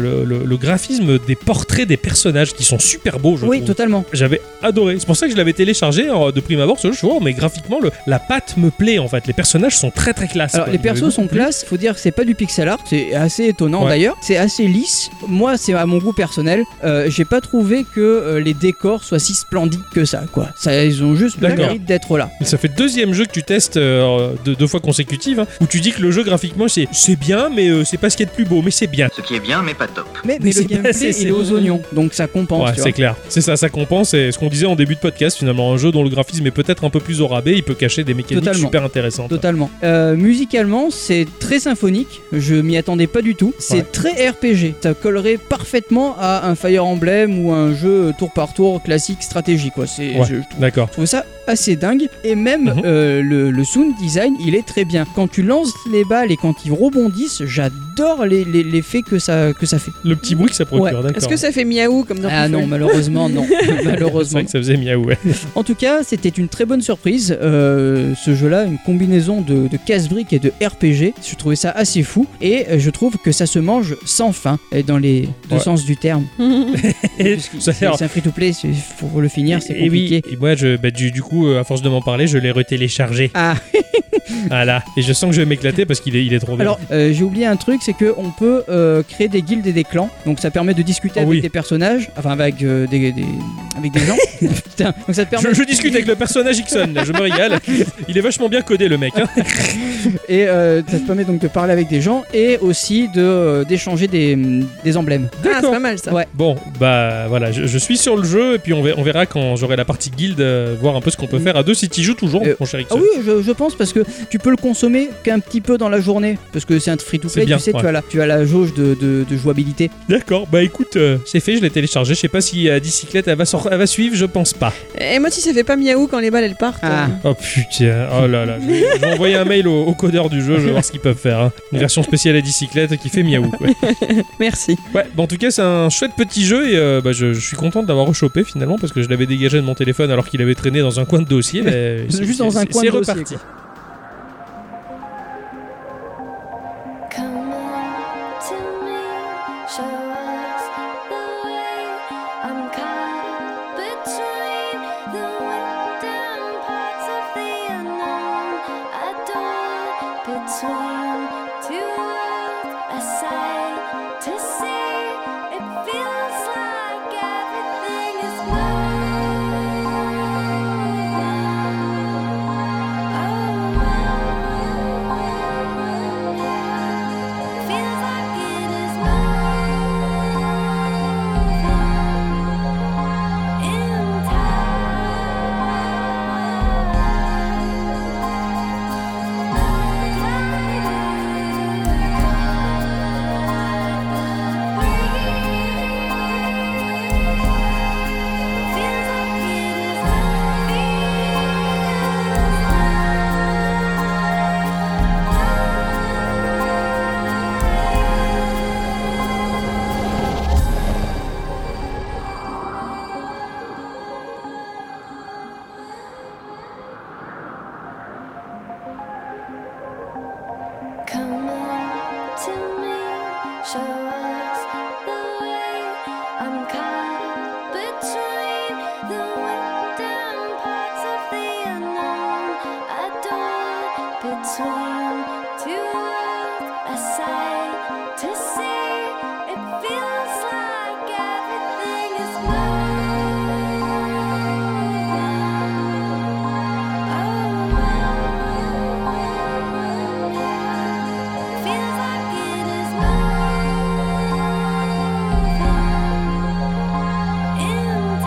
le graphisme des portraits des personnages qui sont super beaux, je Oui, trouve. totalement. J'avais adoré. C'est pour ça que je l'avais téléchargé de prime abord. Ce jeu, je suis, oh, mais graphiquement, la patte me plaît en fait. Les personnages sont très très classe. Alors quoi. les Il m'avait persos sont beaucoup plu. classe, faut dire que c'est pas du pixel art, c'est assez étonnant Ouais. d'ailleurs, c'est assez lisse. Moi c'est à mon goût personnel, j'ai pas trouvé que les décors soient si splendides que ça, quoi. Ça, ils ont juste le D'accord. mérite d'être là. Ça fait deuxième jeu que tu testes deux fois consécutives, hein, où tu dis que le jeu graphiquement c'est bien, mais c'est pas ce qui est de plus beau, mais c'est bien. Ce qui est bien, mais pas top. Mais Mais le c'est pas gameplay assez, il est aux oignons, donc ça compense. Ouais, tu c'est vois. clair. C'est ça, ça compense. Et ce qu'on disait en début de podcast, finalement, un jeu dont le graphisme est peut-être un peu plus au rabais, il peut cacher des mécaniques Totalement. super intéressantes. Totalement. Musicalement, c'est très symphonique. Je m'y attendais pas du tout. C'est Ouais. très RPG. Ça collerait parfaitement à un Fire Emblem ou un jeu tour par tour classique stratégie, quoi. Ouais. D'accord. Je trouve ça assez dingue, et même Mhm. le sound design il est très bien. Quand tu lances les balles et quand ils rebondissent, j'adore l'effet que ça fait. Le petit bruit que ça procure, Ouais. d'accord. Est-ce que ça fait miaou comme dans Ah non, Puffle malheureusement non. C'est Malheureusement. vrai que ça faisait miaou, ouais. En tout cas, c'était une très bonne surprise. Ce jeu-là, une combinaison de casse-briques et de RPG. Je trouvais ça assez fou, et je trouve que ça se mange sans fin, et dans les deux Ouais. sens du terme. Puisque Ça, c'est un free-to-play, pour le finir, c'est Et oui, compliqué. et moi, du coup, à force de m'en parler, je l'ai retéléchargé. Ah, Voilà. Et je sens que je vais m'éclater parce qu'il est trop bien. Alors, j'ai oublié un truc, c'est qu'on peut créer des guildes et des clans. Donc ça permet de discuter avec des personnages, enfin avec des gens. Putain, donc ça te permet... je discute avec le personnage Ixon, là, je me régale. Il est vachement bien codé, le mec. Hein. Et ça te permet donc de parler avec des gens et aussi d'échanger des emblèmes. Ah, c'est pas mal ça. Ouais. Bon, bah voilà, je suis sur le jeu et puis on verra quand j'aurai la partie guilde, voir un peu ce qu'on peut faire à deux si tu joues toujours, mon cher Ixon. Ah oui, je pense parce que tu peux le consommer qu'un petit peu dans la journée parce que c'est un free-to-play, bien, tu sais, ouais. tu as la jauge de jouabilité. D'accord, bah écoute, c'est fait, je l'ai téléchargé. Je sais pas si Dicyclette elle va suivre, je pense pas. Et moi, si ça fait pas miaou quand les balles elles partent. Ah. Oh putain, oh là là. Je vais envoyer un mail au codeur du jeu, je vais voir ce qu'ils peuvent faire. Hein. Une version spéciale à Dicyclette qui fait miaou, quoi. Merci. Ouais, bah en tout cas, c'est un chouette petit jeu et je suis content de l'avoir rechopé finalement parce que je l'avais dégagé de mon téléphone alors qu'il avait traîné dans un coin de dossier. Juste dans un coin de dossier, reparti. quoi. Come on to me, show us the way. I'm caught between the wisdom parts of the unknown. I don't between two worlds. A sight to see. It feels like everything is mine. Feels like it is in Come on to me, show us the way. I'm caught between the wisdom parts of the unknown. I don't between two worlds. A sight to see. It feels like everything is mine. Feels like it is in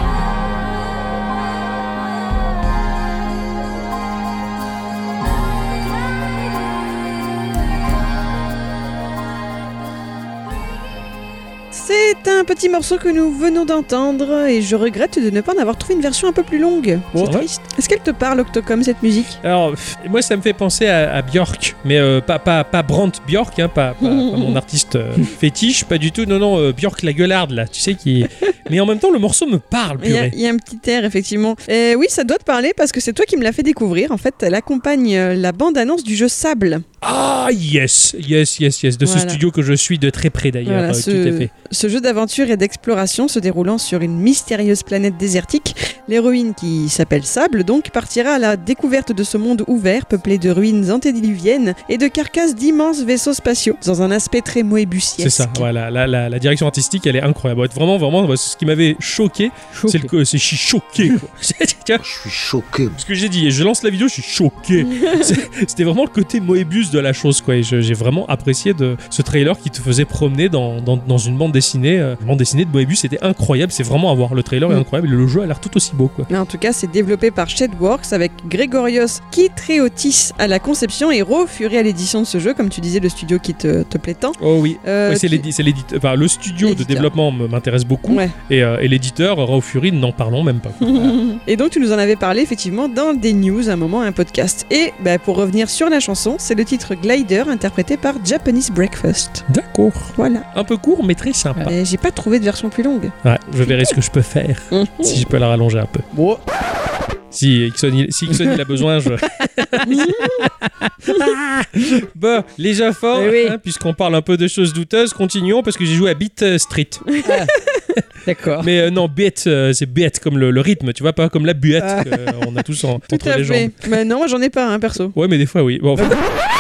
C'est un petit morceau que nous venons d'entendre et je regrette de ne pas en avoir trouvé une version un peu plus longue. Bon, C'est ouais. triste. Est-ce qu'elle te parle, Octocom, cette musique? Alors, moi ça me fait penser à Björk, mais pas Brandt Björk, hein, pas mon artiste fétiche, pas du tout. Non, Björk la gueularde là, tu sais qui. Mais en même temps, le morceau me parle, Il y, purée. il y a un petit air, effectivement. Et oui, ça doit te parler parce que c'est toi qui me l'as fait découvrir. En fait, elle accompagne la bande-annonce du jeu Sable. Ah yes, de ce Voilà. studio que je suis de très près d'ailleurs, Voilà, tout à fait. ce jeu d'aventure et d'exploration se déroulant sur une mystérieuse planète désertique, l'héroïne qui s'appelle Sable donc partira à la découverte de ce monde ouvert peuplé de ruines antédiluviennes et de carcasses d'immenses vaisseaux spatiaux dans un aspect très moebusiesque. C'est ça, voilà, la direction artistique elle est incroyable. Vraiment, ce qui m'avait choqué, c'est je suis choqué quoi. Tiens, Je suis choqué. ce que j'ai dit, et je lance la vidéo, je suis choqué. C'était vraiment le côté Moebius de la chose quoi. Et j'ai vraiment apprécié de ce trailer qui te faisait promener dans une bande dessinée. Une bande dessinée de Moebius, c'était incroyable. C'est vraiment à voir. Le trailer est incroyable et le jeu a l'air tout aussi beau quoi. Mais en tout cas, c'est développé par Shadworks avec Gregorios Kitriotis à la conception et Raw Fury à l'édition de ce jeu, comme tu disais, le studio qui te plaît tant. Oh oui. Ouais, c'est tu- l'éditeur. Enfin, le studio de L'éditeur. développement m'intéresse beaucoup. Ouais. Et l'éditeur, Raw Fury, n'en parlons même pas. Quoi. Et donc tu nous en avais parlé effectivement dans des news, un moment, un podcast. Et pour revenir sur la chanson, c'est le titre Glider interprété par Japanese Breakfast. D'accord. Voilà. Un peu court, mais très sympa. Et j'ai pas trouvé de version plus longue. Ouais, je verrai ce que je peux faire. Si je peux la rallonger un peu. Bon, Si Ixon il a besoin, je. Bon, les infos, Eh oui. hein, puisqu'on parle un peu de choses douteuses, continuons parce que j'ai joué à Beat Street. D'accord. Mais non, bête, c'est bête comme le rythme, tu vois, pas comme la buette qu'on a tous Tout entre à les fait. jambes. Mais non, moi j'en ai pas, hein, perso. Ouais, mais des fois, oui. Bon, enfin,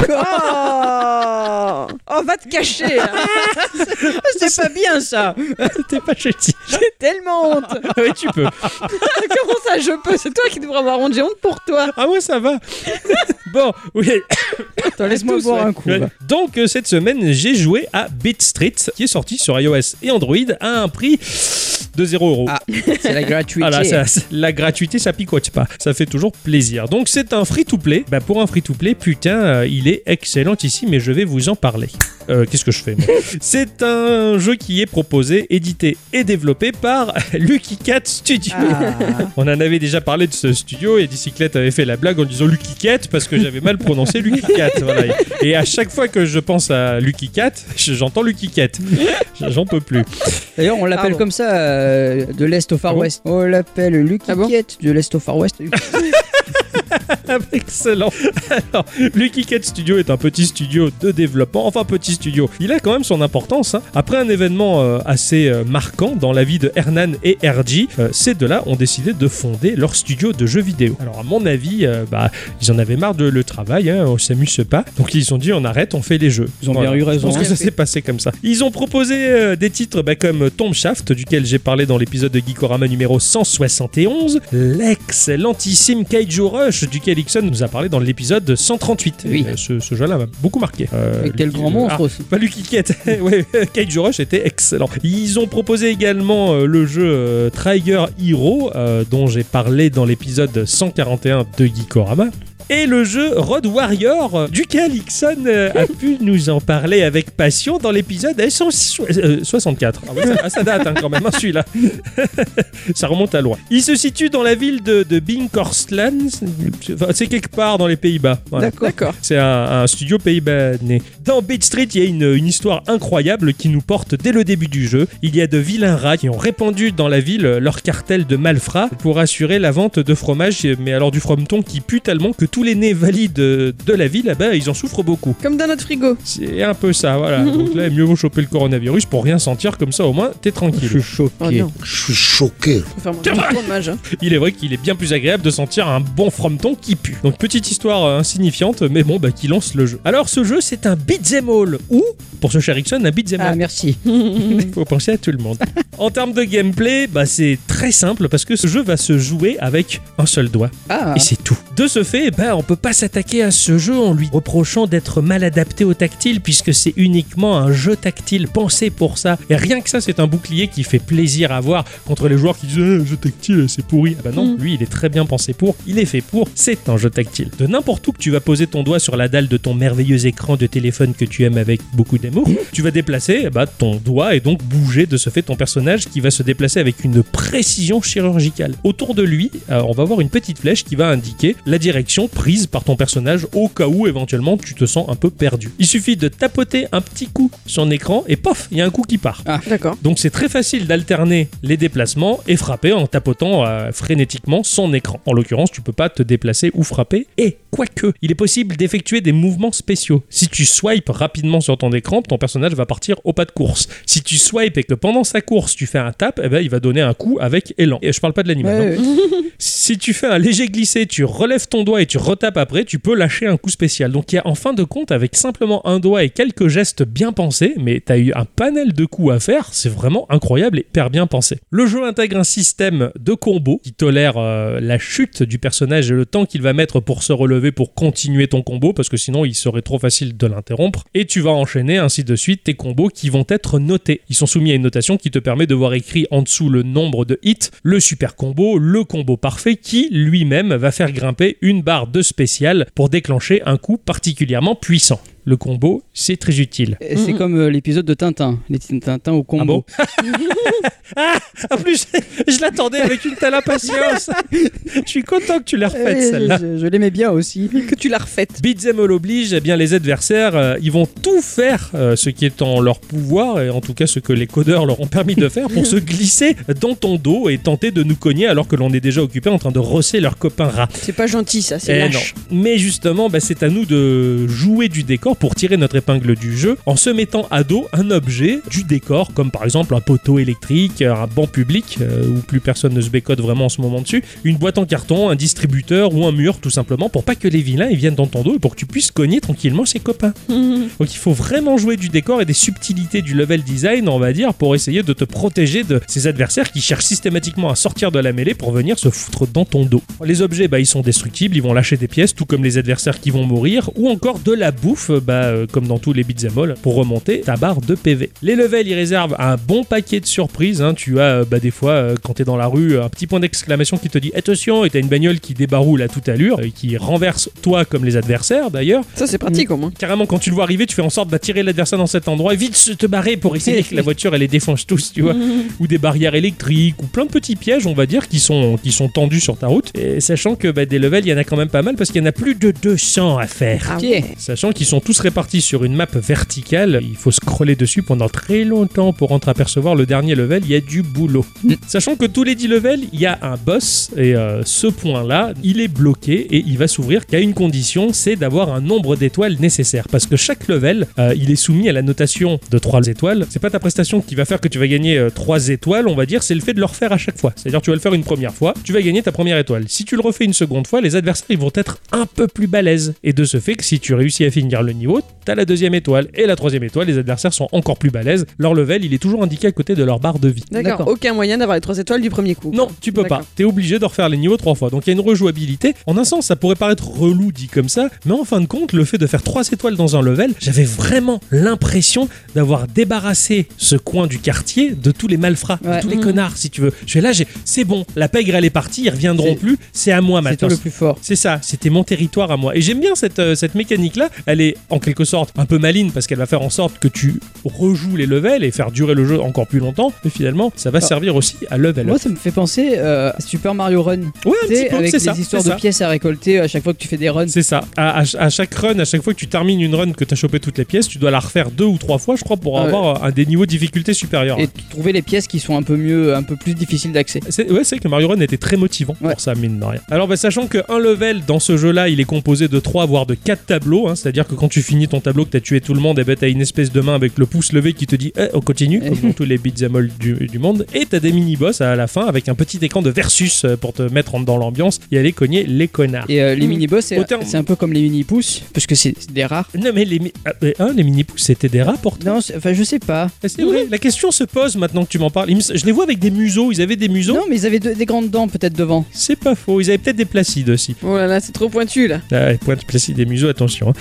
Oh, va te cacher là. C'est pas bien ça. t'es pas gentil. J'ai tellement honte. Oui, tu peux. Comment ça, je peux? C'est toi qui devrais avoir honte. J'ai honte pour toi. Ah, moi, ça va. Bon, oui. Attends, laisse-moi Tous, boire ouais. un coup. Ouais. va. Donc, cette semaine, j'ai joué à Beat Street, qui est sorti sur iOS et Android à un prix de 0€. Ah, c'est la gratuité. Voilà, la gratuité, ça picote pas. Ça fait toujours plaisir. Donc, c'est un free-to-play. Bah, pour un free-to-play, putain, il est excellent ici, mais je vais vous en parler. Qu'est-ce que je fais, moi? C'est un jeu qui est proposé, édité et développé par Lucky Cat Studio. Ah. On en avait déjà parlé de ce studio et Dicyclette avait fait la blague en disant Lucky Cat parce que j'avais mal prononcé Lucky Cat. Voilà. Et à chaque fois que je pense à Lucky Cat, j'entends Lucky Cat. J'en peux plus. D'ailleurs, on l'appelle bon. comme ça de l'Est au Far Ah bon West. On l'appelle Lucky Ah bon Cat de l'Est au Far West. Excellent. Alors, Lucky Cat Studio est un petit studio de développement. Enfin, petit studio. Il a quand même son importance. Hein. Après un événement assez marquant dans la vie de Hernan et RG, ces deux-là ont décidé de fonder leur studio de jeux vidéo. Alors, à mon avis, ils en avaient marre de le travail. Hein, on s'amuse pas. Donc, ils se sont dit, on arrête, on fait les jeux. Ils ont bien eu raison. Je pense que ça s'est passé comme ça. Ils ont proposé des titres comme Tomb Shaft, duquel j'ai parlé dans l'épisode de Geekorama numéro 171, l'excellentissime Kaiju Rush, duquel Ixon nous a parlé dans l'épisode 138. Oui. Et, ce jeu-là m'a beaucoup marqué. Avec quel grand monstre aussi. Pas Lucky Cat. Ouais, Kaiju Rush était excellent. Ils ont proposé également le jeu Trigger Hero, dont j'ai parlé dans l'épisode 141 de Geekorama. Et le jeu Road Warrior, duquel Ixon a pu nous en parler avec passion dans l'épisode 64. Ah ouais, ça date hein, quand même, hein, celui-là. Ça remonte à loin. Il se situe dans la ville de Binkorstland. C'est quelque part dans les Pays-Bas. Voilà. D'accord. C'est un studio pays-banais. Dans Beat Street, il y a une histoire incroyable qui nous porte dès le début du jeu. Il y a de vilains rats qui ont répandu dans la ville leur cartel de malfrats pour assurer la vente de fromage, mais alors du frometon qui pue tellement que tous les nez valides de la ville, ils en souffrent beaucoup. Comme dans notre frigo. C'est un peu ça, voilà. Donc là, mieux vaut choper le coronavirus pour rien sentir, comme ça au moins t'es Je tranquille. suis choqué. Oh non. Je suis choqué. Faut faire manger du fromage. Hein. Il est vrai qu'il est bien plus agréable de sentir un bon frometon qui pue. Donc petite histoire insignifiante, mais bon, qui lance le jeu. Alors ce jeu, c'est un beat'em all, ou, pour ce cher Ixon, un beat'em Ah, up. merci. Il faut penser à tout le monde. En termes de gameplay, c'est très simple parce que ce jeu va se jouer avec un seul doigt. Ah, Et c'est tout. De ce fait, on peut pas s'attaquer à ce jeu en lui reprochant d'être mal adapté au tactile puisque c'est uniquement un jeu tactile pensé pour ça. Et rien que ça, c'est un bouclier qui fait plaisir à voir contre les joueurs qui disent jeu tactile, c'est pourri. Ah bah non, lui, il est très bien pensé pour, il est fait pour, c'est un jeu tactile. De n'importe où que tu vas poser ton doigt sur la dalle de ton merveilleux écran de téléphone que tu aimes avec beaucoup d'amour, tu vas déplacer ton doigt et donc bouger de ce fait ton personnage qui va se déplacer avec une précision chirurgicale. Autour de lui, on va voir une petite flèche qui va indiquer la direction prise par ton personnage au cas où éventuellement tu te sens un peu perdu. Il suffit de tapoter un petit coup sur l'écran et pof, il y a un coup qui part. D'accord. Donc c'est très facile d'alterner les déplacements et frapper en tapotant frénétiquement son écran. En l'occurrence, tu peux pas te déplacer ou frapper. Et quoique, il est possible d'effectuer des mouvements spéciaux. Si tu swipes rapidement sur ton écran, ton personnage va partir au pas de course. Si tu swipes et que pendant sa course tu fais un tap, il va donner un coup avec élan. Et je parle pas de l'animal. ouais, hein. ouais. Si tu fais un léger glissé, tu relèves ton doigt et tu retapes après, tu peux lâcher un coup spécial. Donc il y a en fin de compte, avec simplement un doigt et quelques gestes bien pensés, mais tu as eu un panel de coups à faire, c'est vraiment incroyable et hyper bien pensé. Le jeu intègre un système de combos qui tolère la chute du personnage et le temps qu'il va mettre pour se relever pour continuer ton combo, parce que sinon il serait trop facile de l'interrompre. Et tu vas enchaîner ainsi de suite tes combos qui vont être notés. Ils sont soumis à une notation qui te permet de voir écrit en dessous le nombre de hits, le super combo, le combo parfait qui lui-même va faire grimper une barre de spécial pour déclencher un coup particulièrement puissant. Le combo, c'est très utile. Et c'est comme l'épisode de Tintin, les Tintins au combo. Ah bon en plus, je l'attendais avec une telle impatience. Je suis content que tu l'aies refaite, celle-là. Je l'aimais bien aussi. Que tu l'as refaite. Beat'em all oblige, les adversaires, ils vont tout faire ce qui est en leur pouvoir, et en tout cas ce que les codeurs leur ont permis de faire, pour se glisser dans ton dos et tenter de nous cogner alors que l'on est déjà occupé en train de rosser leurs copains rats. C'est pas gentil ça, c'est lâche. Non. Mais justement, c'est à nous de jouer du décor pour tirer notre épingle du jeu en se mettant à dos un objet du décor, comme par exemple un poteau électrique, un banc public où plus personne ne se bécote vraiment en ce moment dessus, une boîte en carton, un distributeur ou un mur tout simplement pour pas que les vilains ils viennent dans ton dos et pour que tu puisses cogner tranquillement ses copains. Donc il faut vraiment jouer du décor et des subtilités du level design, on va dire, pour essayer de te protéger de ces adversaires qui cherchent systématiquement à sortir de la mêlée pour venir se foutre dans ton dos. Les objets, ils sont destructibles, ils vont lâcher des pièces, tout comme les adversaires qui vont mourir, ou encore de la bouffe, comme dans tous les beat'em all, pour remonter ta barre de PV. Les levels, ils réservent un bon paquet de surprises. Tu as des fois, quand t'es dans la rue, un petit point d'exclamation qui te dit attention, et t'as une bagnole qui débaroule à toute allure, et qui renverse toi comme les adversaires d'ailleurs. Ça, c'est pratique au moins. Carrément, quand tu le vois arriver, tu fais en sorte de tirer l'adversaire dans cet endroit et vite te barrer pour essayer que la voiture elle les défonce tous, tu vois. Ou des barrières électriques, ou plein de petits pièges, on va dire, qui sont tendus sur ta route. Et sachant que des levels, il y en a quand même pas mal parce qu'il y en a plus de 200 à faire. Ah Ok. ouais. Sachant qu'ils sont tous répartis sur une map verticale, il faut scroller dessus pendant très longtemps pour entreapercevoir le dernier level, il y a du boulot. Sachant que tous les 10 levels, il y a un boss et ce point-là, il est bloqué et il va s'ouvrir qu'à une condition, c'est d'avoir un nombre d'étoiles nécessaire. Parce que chaque level, il est soumis à la notation de 3 étoiles. C'est pas ta prestation qui va faire que tu vas gagner 3 étoiles, on va dire, c'est le fait de le refaire à chaque fois. C'est-à-dire tu vas le faire une première fois, tu vas gagner ta première étoile. Si tu le refais une seconde fois, les adversaires ils vont être un peu plus balèzes. Et de ce fait que si tu réussis à finir le niveau, t'as la deuxième étoile. Et la troisième étoile, les adversaires sont encore plus balèzes. Leur level, il est toujours indiqué à côté de leur barre de vie. D'accord. Aucun moyen d'avoir les 3 étoiles du premier coup. Non, tu peux pas. D'accord. T'es obligé de refaire les niveaux 3 fois. Donc il y a une rejouabilité. En un sens, ça pourrait paraître relou dit comme ça, mais en fin de compte, le fait de faire 3 étoiles dans un level, j'avais vraiment l'impression d'avoir débarrassé ce coin du quartier de tous les malfrats, Ouais. de tous les connards, si tu veux. Je suis là, c'est bon, la pègre elle est partie, ils reviendront plus, c'est à moi C'est maintenant. toi le plus fort. C'est ça, c'était mon territoire à moi. Et j'aime bien cette mécanique-là. Elle est en quelque sorte un peu maligne parce qu'elle va faire en sorte que tu rejoues les levels et faire durer le jeu encore plus longtemps. Mais finalement, ça va servir aussi à level up. Moi, ça me fait penser à Super Mario Run. Ouais, un Tu sais, petit peu, avec c'est les ça. histoires c'est de ça. pièces à récolter à chaque fois que tu fais des runs. C'est ça. À chaque run, à chaque fois que tu termines une run que tu as chopé toutes les pièces, tu dois la refaire 2 ou 3 fois, je crois, pour Ah ouais. avoir un des niveaux de difficulté supérieurs. Et trouver les pièces qui sont un peu mieux, un peu plus difficiles d'accès. C'est vrai que Mario Run était très motivant Ouais. pour ça, mine de rien. Alors, sachant qu'un level dans ce jeu-là, il est composé de 3 voire de 4 tableaux, c'est-à-dire que quand tu finis ton tableau, que tu as tué tout le monde, et ben t'as une espèce de main avec le pouce levé qui te dit on continue, comme dans tous les beat'em all du monde, et t'as des mini-boss à la fin avec un petit écran de versus pour te mettre dans l'ambiance et aller cogner les connards. Et les mini-boss, Au terme- c'est un peu comme les mini-pousses, parce que c'est des rares. Non, mais les mini-pouces, c'était des rats pour toi. Non, enfin, je sais pas. C'est vrai, la question se pose maintenant que tu m'en parles. Je les vois avec des museaux, ils avaient des museaux. Non, mais ils avaient des grandes dents peut-être devant. C'est pas faux, ils avaient peut-être des placides aussi. Oh là là, c'est trop pointu là. Ah ouais, pointe placide et museaux, attention.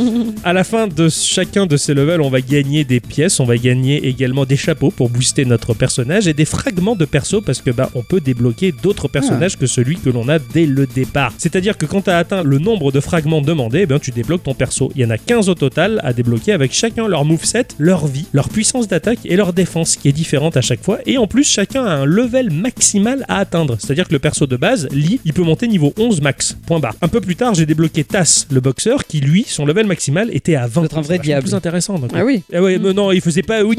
À la fin de chacun de ces levels, on va gagner des pièces, on va gagner également des chapeaux pour booster notre personnage et des fragments de perso parce que on peut débloquer d'autres personnages que celui que l'on a dès le départ. C'est-à-dire que quand tu as atteint le nombre de fragments demandés, tu débloques ton perso. Il y en a 15 au total à débloquer avec chacun leur moveset, leur vie, leur puissance d'attaque et leur défense qui est différente à chaque fois. Et en plus, chacun a un level maximal à atteindre. C'est-à-dire que le perso de base, Lee, il peut monter niveau 11 max. Point barre. Un peu plus tard, j'ai débloqué Tass, le boxeur, qui lui, son level maximal était à 20. D'être un vrai C'est vachement diable. plus intéressant. Donc. Ah oui. Ah ouais, mais non, il faisait pas.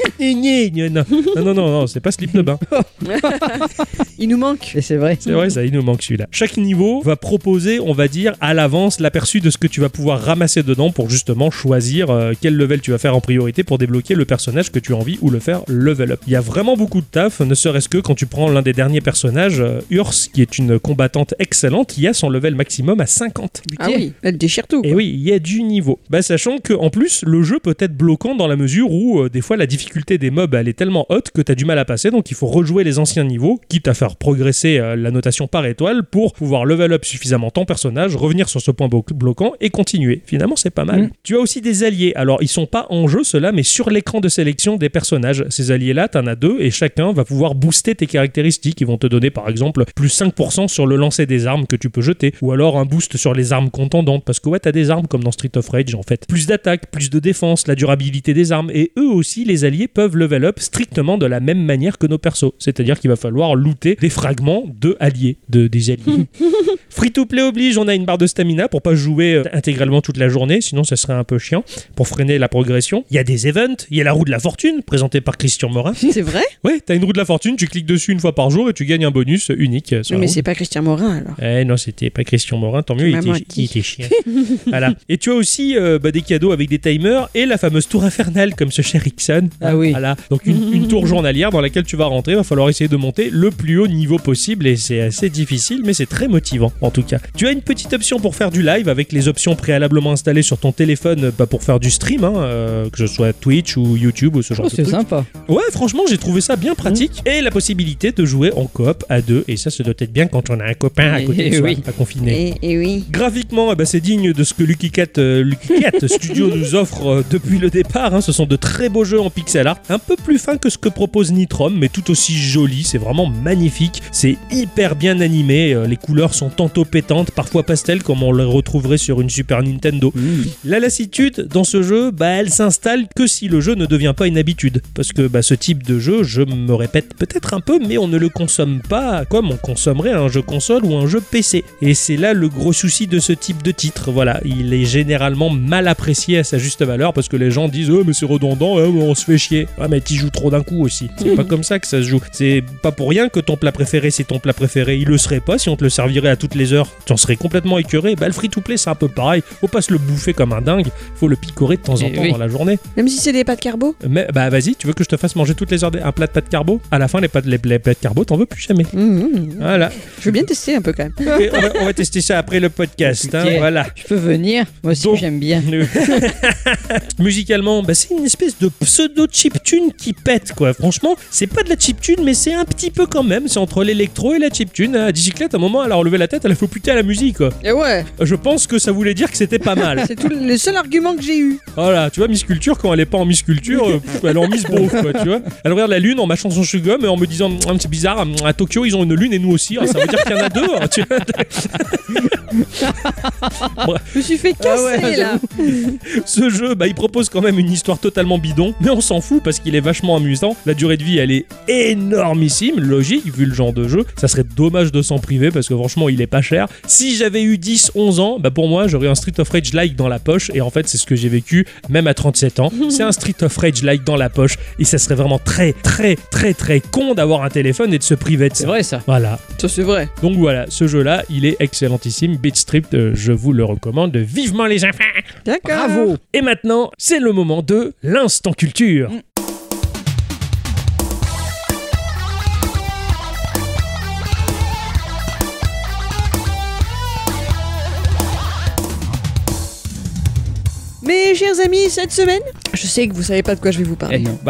Non, c'est pas Slip le bain. Il nous manque. Et c'est vrai. C'est vrai, ça, il nous manque celui-là. Chaque niveau va proposer, on va dire, à l'avance l'aperçu de ce que tu vas pouvoir ramasser dedans pour justement choisir quel level tu vas faire en priorité pour débloquer le personnage que tu as envie ou le faire level up. Il y a vraiment beaucoup de taf, ne serait-ce que quand tu prends l'un des derniers personnages, Urs, qui est une combattante excellente, qui a son level maximum à 50. Ah oui, elle déchire tout. Et oui, il y a du niveau. Sachant que en plus, le jeu peut être bloquant dans la mesure où des fois la difficulté des mobs elle est tellement haute que tu as du mal à passer, donc il faut rejouer les anciens niveaux, quitte à faire progresser la notation par étoile pour pouvoir level up suffisamment ton personnage, revenir sur ce point bloquant et continuer. Finalement, c'est pas mal. Tu as aussi des alliés. Alors, ils sont pas en jeu ceux-là, mais sur l'écran de sélection des personnages. Ces alliés-là, t'en as 2 et chacun va pouvoir booster tes caractéristiques. Ils vont te donner par exemple plus 5% sur le lancer des armes que tu peux jeter, ou alors un boost sur les armes contendantes, parce que ouais, t'as des armes comme dans Street of Rage en fait. Plus d'attaque, plus de défense, la durabilité des armes, et eux aussi, les alliés peuvent level up strictement de la même manière que nos persos. C'est-à-dire qu'il va falloir looter des fragments de alliés, des alliés. Free to play oblige, on a une barre de stamina pour pas jouer intégralement toute la journée, sinon ça serait un peu chiant, pour freiner la progression. Il y a des events, il y a la roue de la fortune, présentée par Christian Morin. C'est vrai? Ouais, t'as une roue de la fortune, tu cliques dessus une fois par jour et tu gagnes un bonus unique sur la Mais roue. c'est pas Christian Morin alors. Eh non, c'était pas Christian Morin, tant mieux, Maman il était chiant. Voilà. Et tu as aussi des cadeaux avec des timers et la fameuse tour infernale comme ce cher Ixon. Ah oui. Voilà. Donc une tour journalière dans laquelle tu vas rentrer, il va falloir essayer de monter le plus haut niveau possible et c'est assez difficile mais c'est très motivant en tout cas. Tu as une petite option pour faire du live avec les options préalablement installées sur ton téléphone pour faire du stream, que ce soit Twitch ou YouTube ou ce genre Oh, de c'est truc. sympa. Ouais, franchement, j'ai trouvé ça bien pratique. Et la possibilité de jouer en coop à deux. Et ça doit être bien quand on a un copain à côté de soi, oui. pas confiné. Et oui. Graphiquement, c'est digne de ce que Lucky Cat Studio nous offre depuis le départ. Ce sont de très beaux jeux en pixel art, un peu plus fins que ce que propose Nitrom, mais tout aussi joli. C'est vraiment magnifique. C'est hyper bien animé. Les couleurs sont tantôt pétantes, parfois pastel, comme on les retrouverait sur une Super Nintendo. La lassitude dans ce jeu, elle s'installe que si le jeu ne devient pas une habitude. Parce que ce type de jeu, je me répète peut-être un peu, mais on ne le consomme pas comme on consommerait un jeu console ou un jeu PC. Et c'est là le gros souci de ce type de titre. Voilà, il est généralement mal apprécié à sa juste valeur parce que les gens disent mais c'est redondant, on se fait chier. Ah mais t'y joues trop d'un coup aussi. C'est pas comme ça que ça se joue. C'est pas pour rien que ton plat préféré c'est ton plat préféré. Il le serait pas si on te le servirait à toutes les heures. Tu en serais complètement écœuré. Le free-to-play c'est un peu pareil. Faut pas se le bouffer comme un dingue. Faut le picorer de temps en temps dans la journée. Même si c'est des pâtes carbo. Mais vas-y, tu veux que je te fasse manger toutes les heures un plat de pâtes carbo? À la fin, les plats de carbo, t'en veux plus jamais. Voilà. Je veux bien tester un peu quand même. Et on va tester ça après le podcast. Ok. Voilà. Je peux venir. Moi aussi, Donc- j'aime bien. Musicalement, c'est une espèce de pseudo chiptune qui pète quoi. Franchement, c'est pas de la chiptune, mais c'est un petit peu quand même. C'est entre l'électro et la chiptune. À Dicyclette, à un moment, elle a relevé la tête, elle a fait putain à la musique. Quoi. Et ouais, Je pense que ça voulait dire que c'était pas mal. c'est tout le seul argument que j'ai eu. Voilà, tu vois, Miss Culture, quand elle est pas en Miss Culture, elle est en Miss Beauf, quoi, tu vois. Elle regarde la lune en mâchant son chewing-gum et en me disant c'est bizarre, à Tokyo ils ont une lune et nous aussi, ça veut dire qu'il y en a deux, tu vois. Je me suis fait casser là. Ce jeu, il propose quand même une histoire totalement bidon, mais on s'en fout parce qu'il est vachement amusant. La durée de vie, elle est énormissime, logique, vu le genre de jeu. Ça serait dommage de s'en priver parce que franchement, il est pas cher. Si j'avais eu 10-11 ans, pour moi, j'aurais un Street of Rage-like dans la poche, et en fait, c'est ce que j'ai vécu, même à 37 ans. C'est un Street of Rage-like dans la poche, et ça serait vraiment très, très, très, très con d'avoir un téléphone et de se priver de ça. C'est vrai ça. Voilà. Ça c'est vrai. Donc voilà, ce jeu-là, il est excellentissime. Beat Street, je vous le recommande vivement les enfants. D'accord. Bravo. Et maintenant, c'est le moment de l'instant culture. Mes chers amis, cette semaine, je sais que vous savez pas de quoi je vais vous parler. Eh non.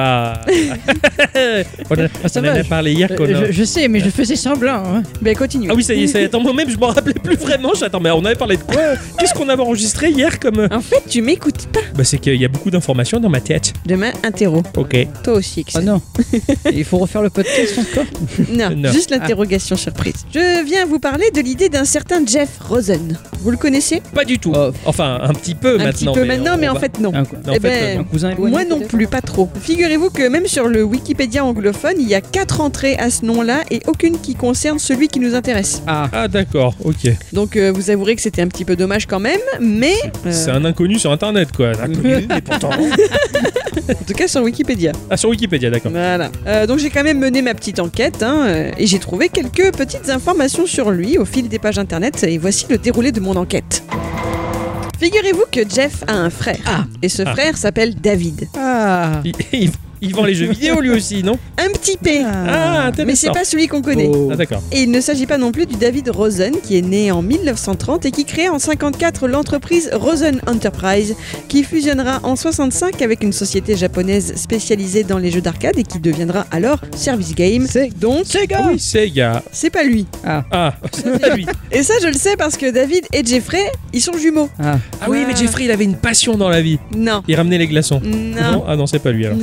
On ça en va, a parlé hier qu'on a... Je sais, mais je faisais semblant. Hein. Ben continue. Ah oui, ça y est. Attends, moi-même, je m'en rappelais plus vraiment. Attends, mais on avait parlé de quoi? Qu'est-ce qu'on avait enregistré hier comme... En fait, tu m'écoutes pas. C'est qu'il y a beaucoup d'informations dans ma tête. Demain, interro. Ok. Toi aussi, Ixon. Oh non. Il faut refaire le podcast encore. Non, Non. juste l'interrogation surprise. Je viens vous parler de l'idée d'un certain Jeff Rosen. Vous le connaissez? Pas du tout. Oh. Enfin, un petit peu Un maintenant. petit peu maintenant, mais en fait non. Un, Non, en Eh fait, ben, un cousin éloigné. Moi non peut-être plus, pas trop. Figurez-vous que même sur le Wikipédia anglophone, il y a 4 entrées à ce nom-là et aucune qui concerne celui qui nous intéresse. Ah. Ah d'accord, ok. Donc vous avouerez que c'était un petit peu dommage quand même, mais C'est un inconnu sur internet quoi. Un inconnu, mais pourtant... en tout cas sur Wikipédia. Ah, sur Wikipédia, d'accord. Voilà. Donc j'ai quand même mené ma petite enquête et j'ai trouvé quelques petites informations sur lui au fil des pages internet et voici le déroulé de mon enquête. Figurez-vous que Jeff a un frère. Ah. Et ce frère s'appelle David. Ah. Il vend les jeux vidéo lui aussi, non? Un petit P. Ah, intéressant. Mais c'est pas celui qu'on connaît. Oh. Ah d'accord. Et il ne s'agit pas non plus du David Rosen qui est né en 1930 et qui créa en 1954 l'entreprise Rosen Enterprise qui fusionnera en 1965 avec une société japonaise spécialisée dans les jeux d'arcade et qui deviendra alors Service Game. Donc, Ah oui, Sega. c'est pas lui. Ah, c'est pas lui. Et ça, je le sais parce que David et Jeffrey, ils sont jumeaux. Ah. Ah oui, mais Jeffrey, il avait une passion dans la vie. Non. Il ramenait les glaçons. Non. Ah non, c'est pas lui alors.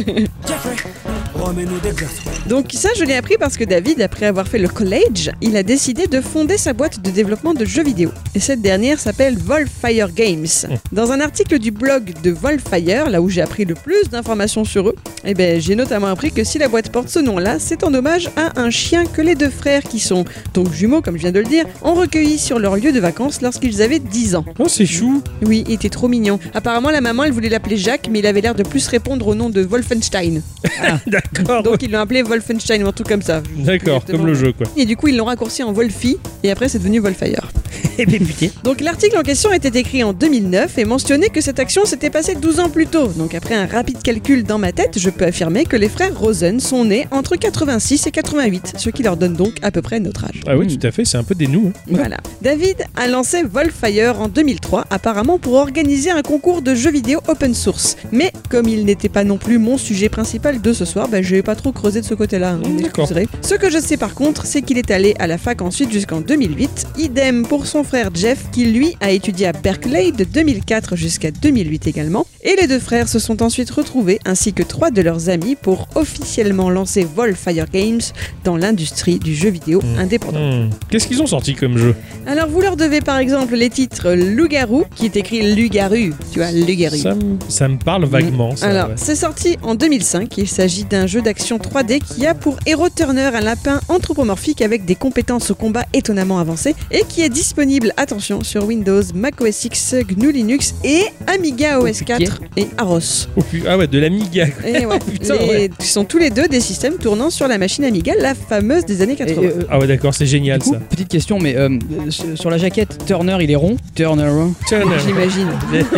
Donc ça, je l'ai appris parce que David, après avoir fait le college, il a décidé de fonder sa boîte de développement de jeux vidéo. Et cette dernière s'appelle Volfire Games. Dans un article du blog de Volfire, là où j'ai appris le plus d'informations sur eux, j'ai notamment appris que si la boîte porte ce nom-là, c'est en hommage à un chien que les deux frères, qui sont donc jumeaux, comme je viens de le dire, ont recueilli sur leur lieu de vacances lorsqu'ils avaient 10 ans. Oh, c'est chou. Oui, il était trop mignon. Apparemment, la maman, elle voulait l'appeler Jacques, mais il avait l'air de plus répondre au nom de Wolfenstein. D'accord. Donc ils l'ont appelé Wolfenstein ou un truc comme ça. D'accord, comme le jeu quoi. Et du coup, ils l'ont raccourci en Wolfie, et après, c'est devenu Volfire. putain. Donc l'article en question était écrit en 2009 et mentionnait que cette action s'était passée 12 ans plus tôt. Donc après un rapide calcul dans ma tête, je peux affirmer que les frères Rosen sont nés entre 86 et 88, ce qui leur donne donc à peu près notre âge. Ah oui, tout à fait, c'est un peu des nous. Hein. Voilà. David a lancé Volfire en 2003, apparemment pour organiser un concours de jeux vidéo open source. Mais comme il n'était pas non plus mon sujet principal de ce soir, je n'ai pas trop creusé de ce côté-là. Hein, vous D'accord. m'excuserez. Ce que je sais par contre, c'est qu'il est allé à la fac ensuite jusqu'en 2008. Idem pour son frère Jeff, qui lui a étudié à Berkeley de 2004 jusqu'à 2008 également. Et les deux frères se sont ensuite retrouvés, ainsi que 3 de leurs amis, pour officiellement lancer Volfire Games dans l'industrie du jeu vidéo indépendant. Qu'est-ce qu'ils ont sorti comme jeu? Alors vous leur devez par exemple les titres Loup-garou, qui est écrit Lugaru, tu vois, Lugaru. Ça me parle vaguement. Ça, Alors, ouais. c'est sorti en 2005. Il s'agit d'un jeu d'action 3D qui a pour héros Turner un lapin anthropomorphique avec des compétences au combat étonnamment avancées et qui est disponible, attention, sur Windows, Mac OS X, GNU Linux et Amiga OS 4 et Aros. Ah ouais, de l'Amiga. Quoi. Et ouais, Putain, ouais. Ils sont tous les deux des systèmes tournant sur la machine Amiga, la fameuse des années 80. Ah ouais, d'accord, c'est génial Du coup, ça. petite question, mais sur la jaquette, Turner, il est rond. Turner. J'imagine.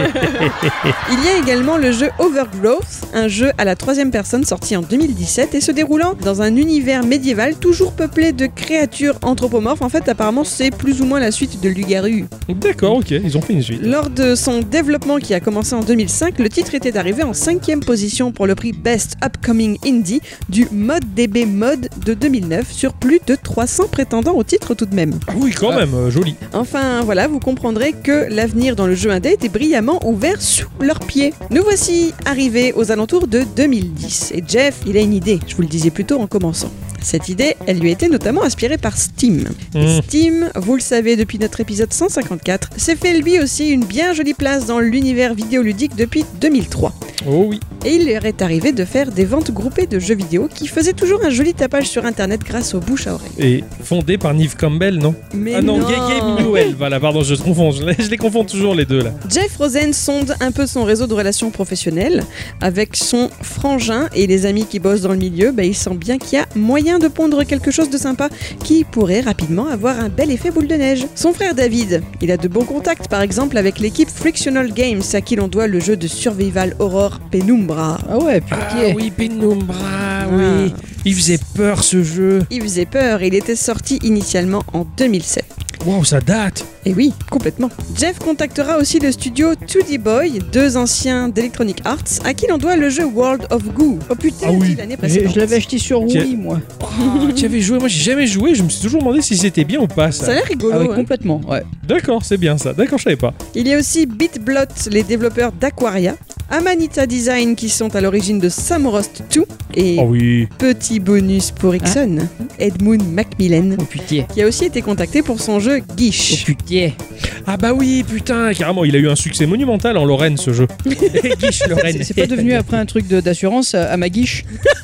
Il y a également le jeu Overgrowth, un jeu à la 3e personne sorti en 2017 et se déroulant dans un univers médiéval toujours peuplé de créatures anthropomorphes. En fait, apparemment, c'est plus ou moins la suite de Lugaru. D'accord, ok, ils ont fait une suite. Lors de son développement qui a commencé en 2005, le titre était arrivé en 5e position pour le prix Best Upcoming Indie du ModDB Mod de 2009 sur plus de 300 prétendants au titre tout de même. Ah oui, quand même, joli. Enfin voilà, vous comprendrez que l'avenir dans le jeu indé était brillamment ouvert sous leurs pieds. Nous voici arrivés aux alentours de 2010 et Jeff, il a une idée, je vous le disais plus tôt en commençant. Cette idée, elle lui a été notamment inspirée par Steam. Et Steam, vous le savez depuis notre épisode 154, s'est fait lui aussi une bien jolie place dans l'univers vidéoludique depuis 2003. Oh oui. Et il leur est arrivé de faire des ventes groupées de jeux vidéo qui faisaient toujours un joli tapage sur internet grâce aux bouche à oreille. Et fondé par Neve Campbell, non? Mais Ah non, Gabe Newell, voilà, pardon, je confonds, je les confonds toujours les deux là. Jeff Rosen sonde un peu son réseau de relations professionnelles avec son frangin et les amis qui bossent dans le milieu. Il sent bien qu'il y a moyen de pondre quelque chose de sympa qui pourrait rapidement avoir un bel effet boule de neige. Son frère David, il a de bons contacts par exemple avec l'équipe Frictional Games à qui l'on doit le jeu de survival horror Penumbra. Ah ouais, putain. Ah oui, Penumbra, oui. Il faisait peur ce jeu. Il faisait peur, il était sorti initialement en 2007. Waouh, ça date. Et oui, complètement. Jeff contactera aussi le studio 2D Boy, 2 anciens d'Electronic Arts, à qui l'on doit le jeu World of Goo. Oh putain, Ah oui. l'année précédente. Je l'avais acheté sur Tiens. Wii, moi. Tu avais joué, moi j'ai jamais joué, je me suis toujours demandé si c'était bien ou pas ça. Ça a l'air rigolo. Ah ouais, hein. complètement, ouais. D'accord, c'est bien ça. D'accord, je savais pas. Il y a aussi BitBlot, les développeurs d'Aquaria, Amanita Design qui sont à l'origine de Samorost 2 et Oh oui. petit bonus pour Ixon, Edmund Macmillan, Oh putain. qui a aussi été contacté pour son jeu Oh Guiche. putain. Ah bah oui, putain, carrément, il a eu un succès monumental en Lorraine ce jeu. Guiche Lorraine. C'est pas devenu après un truc d'assurance à ma guiche?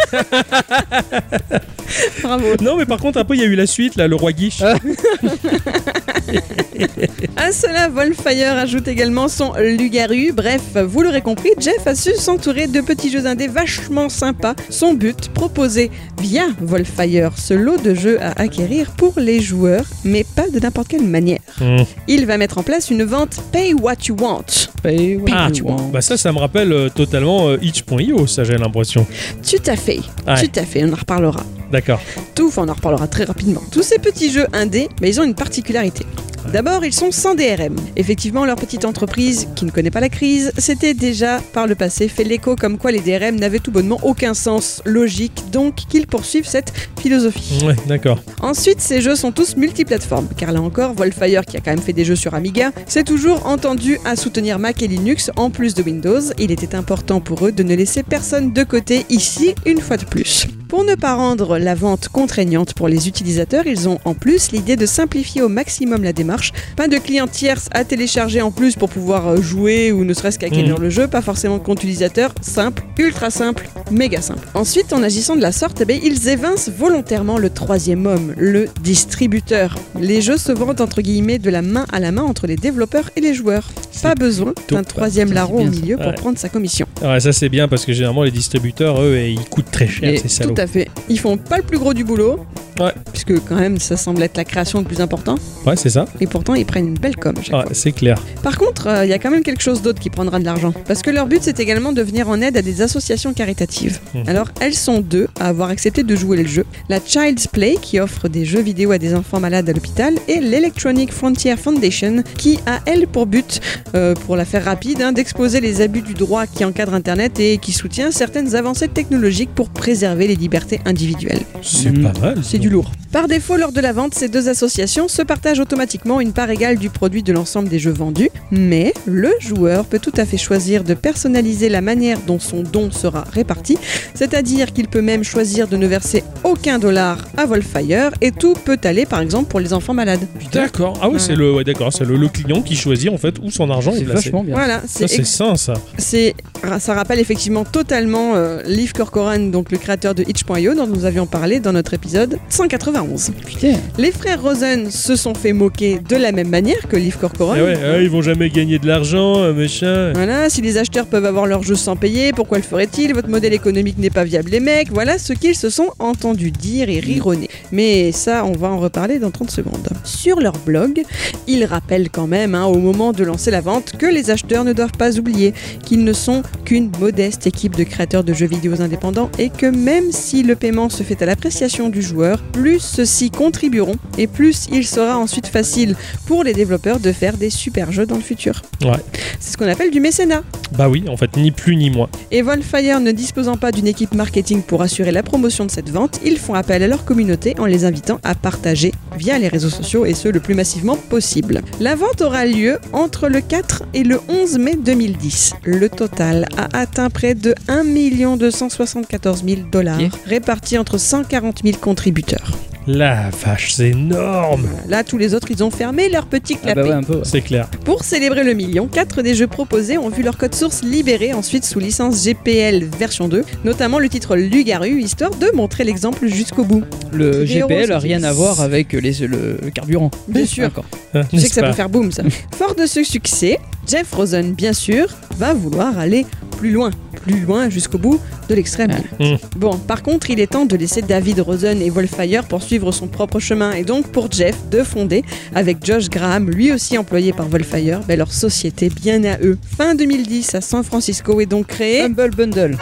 Bravo. Non, mais par contre, après, il y a eu la suite, là, le roi Guiche. À cela, Volfire ajoute également son Lugaru. Bref, vous l'aurez compris, Jeff a su s'entourer de petits jeux indés vachement sympas. Son but, proposer via Volfire ce lot de jeux à acquérir pour les joueurs, mais pas de n'importe quelle manière. Il va mettre en place une vente Pay What You Want. Pay what Ah, you want. bah ça me rappelle totalement itch.io, ça j'ai l'impression. Tout à fait, Ouais. tout à fait, on en reparlera. D'accord. On en reparlera très rapidement. Tous ces petits jeux indés, mais ils ont une particularité. D'abord, ils sont sans DRM. Effectivement, leur petite entreprise, qui ne connaît pas la crise, s'était déjà par le passé fait l'écho comme quoi les DRM n'avaient tout bonnement aucun sens logique, donc qu'ils poursuivent cette philosophie. Ouais, d'accord. Ensuite, ces jeux sont tous multiplateformes, car là encore, Volfire, qui a quand même fait des jeux sur Amiga, s'est toujours entendu à soutenir Mac et Linux en plus de Windows. Il était important pour eux de ne laisser personne de côté ici, une fois de plus. Pour ne pas rendre la vente contraignante pour les utilisateurs, ils ont en plus l'idée de simplifier au maximum la démarche. Pas de client tierce à télécharger en plus pour pouvoir jouer ou ne serait-ce qu'acquérir le jeu, pas forcément de compte utilisateur, simple, ultra simple, méga simple. Ensuite, en agissant de la sorte, ils évincent volontairement le troisième homme, le distributeur. Les jeux se vendent entre guillemets de la main à la main entre les développeurs et les joueurs. Pas besoin d'un troisième larron au bien ça. milieu pour Ouais. prendre sa commission. Ouais, ça c'est bien parce que généralement les distributeurs, eux, ils coûtent très cher, Et ces salauds. tout à fait. Ils font pas le plus gros du boulot. Ouais. Puisque quand même, ça semble être la création le plus important. Ouais, c'est ça. Et pourtant, ils prennent une belle com à chaque Ouais, fois. c'est clair. Par contre, il y a quand même quelque chose d'autre qui prendra de l'argent. Parce que leur but, c'est également de venir en aide à des associations caritatives. Alors, elles sont deux à avoir accepté de jouer le jeu. La Child's Play, qui offre des jeux vidéo à des enfants malades à l'hôpital, et l'Electronic Frontier Foundation, qui a, elle, pour but, pour la faire rapide, d'exposer les abus du droit qui encadre Internet et qui soutient certaines avancées technologiques pour préserver les libertés individuelles. C'est pas mal. C'est du lourd. Par défaut, lors de la vente, ces deux associations se partagent automatiquement une part égale du produit de l'ensemble des jeux vendus, mais le joueur peut tout à fait choisir de personnaliser la manière dont son don sera réparti, c'est-à-dire qu'il peut même choisir de ne verser aucun dollar à Volfire et tout peut aller par exemple pour les enfants malades. D'accord. Ah oui, c'est le, ouais, d'accord, c'est le client qui choisit en fait où son argent est C'est placé. vachement bien. Voilà, Ça, c'est sain, ça. ça rappelle effectivement totalement Liv Corcoran, donc le créateur de itch.io dont nous avions parlé dans notre épisode 191. Putain. Les frères Rosen se sont fait moquer de la même manière que Liv Corcoran. Ah ouais, ils vont jamais gagner de l'argent, machin. Voilà, si les acheteurs peuvent avoir leur jeu sans payer, pourquoi le feraient-ils? Votre modèle économique n'est pas viable, les mecs. Voilà ce qu'ils se sont entendus dire et rironner. Mais ça, on va en reparler dans 30 secondes. Sur leur blog, ils rappellent quand même, au moment de lancer la vente, que les acheteurs ne doivent pas oublier qu'ils ne sont qu'une modeste équipe de créateurs de jeux vidéo indépendants et que même si le paiement se fait à l'appréciation du joueur, plus ceux-ci contribueront et plus il sera ensuite facile pour les développeurs de faire des super jeux dans le futur. Ouais. C'est ce qu'on appelle du mécénat. Bah oui, en fait, ni plus ni moins. Et Volfire ne disposant pas d'une équipe marketing pour assurer la promotion de cette vente, ils font appel à leur communauté en les invitant à partager via les réseaux sociaux et ce le plus massivement possible. La vente aura lieu entre le 4 et le 11 mai 2010. Le total a atteint près de 1 274 000 $, répartis entre 140 000 contributeurs. La vache, c'est énorme. Là, tous les autres, ils ont fermé leur petit Ah clapet. bah ouais, un peu. Ouais. C'est clair. Pour célébrer le million, 4 des jeux proposés ont vu leur code source libéré ensuite sous licence GPL version 2, notamment le titre Lugaru, histoire de montrer l'exemple jusqu'au bout. Le Des héros, GPL a c'est- rien à voir avec le carburant. Bien sûr. D'accord. Tu sais N'est-ce que ça pas peut faire boum, ça. Fort de ce succès, Jeff Rosen, bien sûr, va vouloir aller plus loin jusqu'au bout de l'extrême. Bon, par contre, il est temps de laisser David Rosen et Volfire poursuivre son propre chemin et donc pour Jeff de fonder, avec Josh Graham, lui aussi employé par Volfire, leur société bien à eux. Fin 2010 à San Francisco est donc créée. Humble Bundle.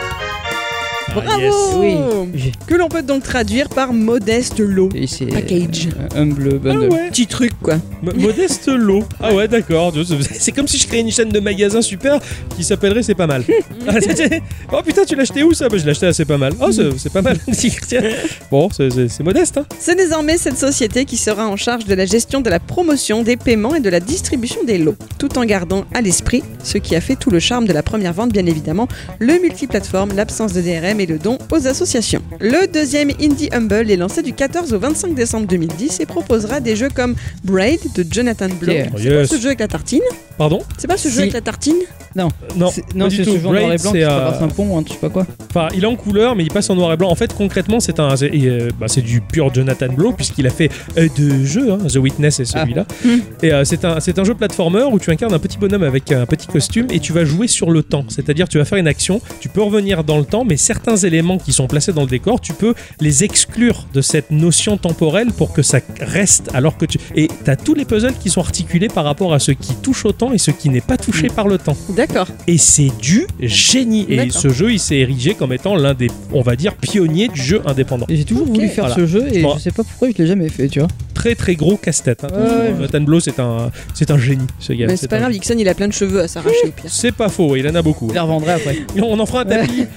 Bravo yes. Oui. J'ai- Que l'on peut donc traduire par modeste lot. Et c'est Package. Humble Ah Bundle. ouais. Petit truc quoi. Modeste lot. Ah ouais, d'accord. C'est comme si je créais une chaîne de magasins super qui s'appellerait C'est pas mal. Ah, oh putain, tu l'as acheté où ça? Bah, je l'ai acheté à C'est pas mal. Oh, c'est pas mal. Tiens. Bon, c'est modeste, hein. C'est désormais cette société qui sera en charge de la gestion de la promotion, des paiements et de la distribution des lots, tout en gardant à l'esprit ce qui a fait tout le charme de la première vente, bien évidemment, le multiplateforme, l'absence de DRM et le don aux associations. Le deuxième Indie Humble est lancé du 14 au 25 décembre 2010 et proposera des jeux comme Braid de Jonathan Blow. Yeah. C'est Yes. pas ce jeu avec la tartine? Pardon? C'est pas ce jeu Si. avec la tartine? Non, Non, pas du c'est tout. ce genre noir et Braid, blanc qui c'est, traverse un pont ou un je sais pas quoi. Enfin, il est en couleur, mais il passe en noir et blanc. En fait, concrètement, c'est du pur Jonathan Blow, puisqu'il a fait deux jeux, The Witness et celui-là. Et c'est un jeu platformer où tu incarnes un petit bonhomme avec un petit costume et tu vas jouer sur le temps. C'est-à-dire, tu vas faire une action, tu peux revenir dans le temps, mais certains éléments qui sont placés dans le décor, tu peux les exclure de cette notion temporelle pour que ça reste alors que tu... Et t'as tous les puzzles qui sont articulés par rapport à ce qui touche au temps et ce qui n'est pas touché par le temps. D'accord. Et c'est du génie. Et D'accord. ce jeu, il s'est érigé comme étant l'un des, on va dire, pionniers du jeu indépendant. Et j'ai toujours voulu faire voilà. ce jeu et Bon. je sais pas pourquoi je l'ai jamais fait, tu vois. Très très gros casse-tête. Hein. Ouais. Jonathan Blow, c'est un génie, ce gars. Mais c'est pas grave, Ixon il a plein de cheveux à s'arracher au pire. C'est pas faux, il en a beaucoup. Je les revendrai après. On en fera un tapis.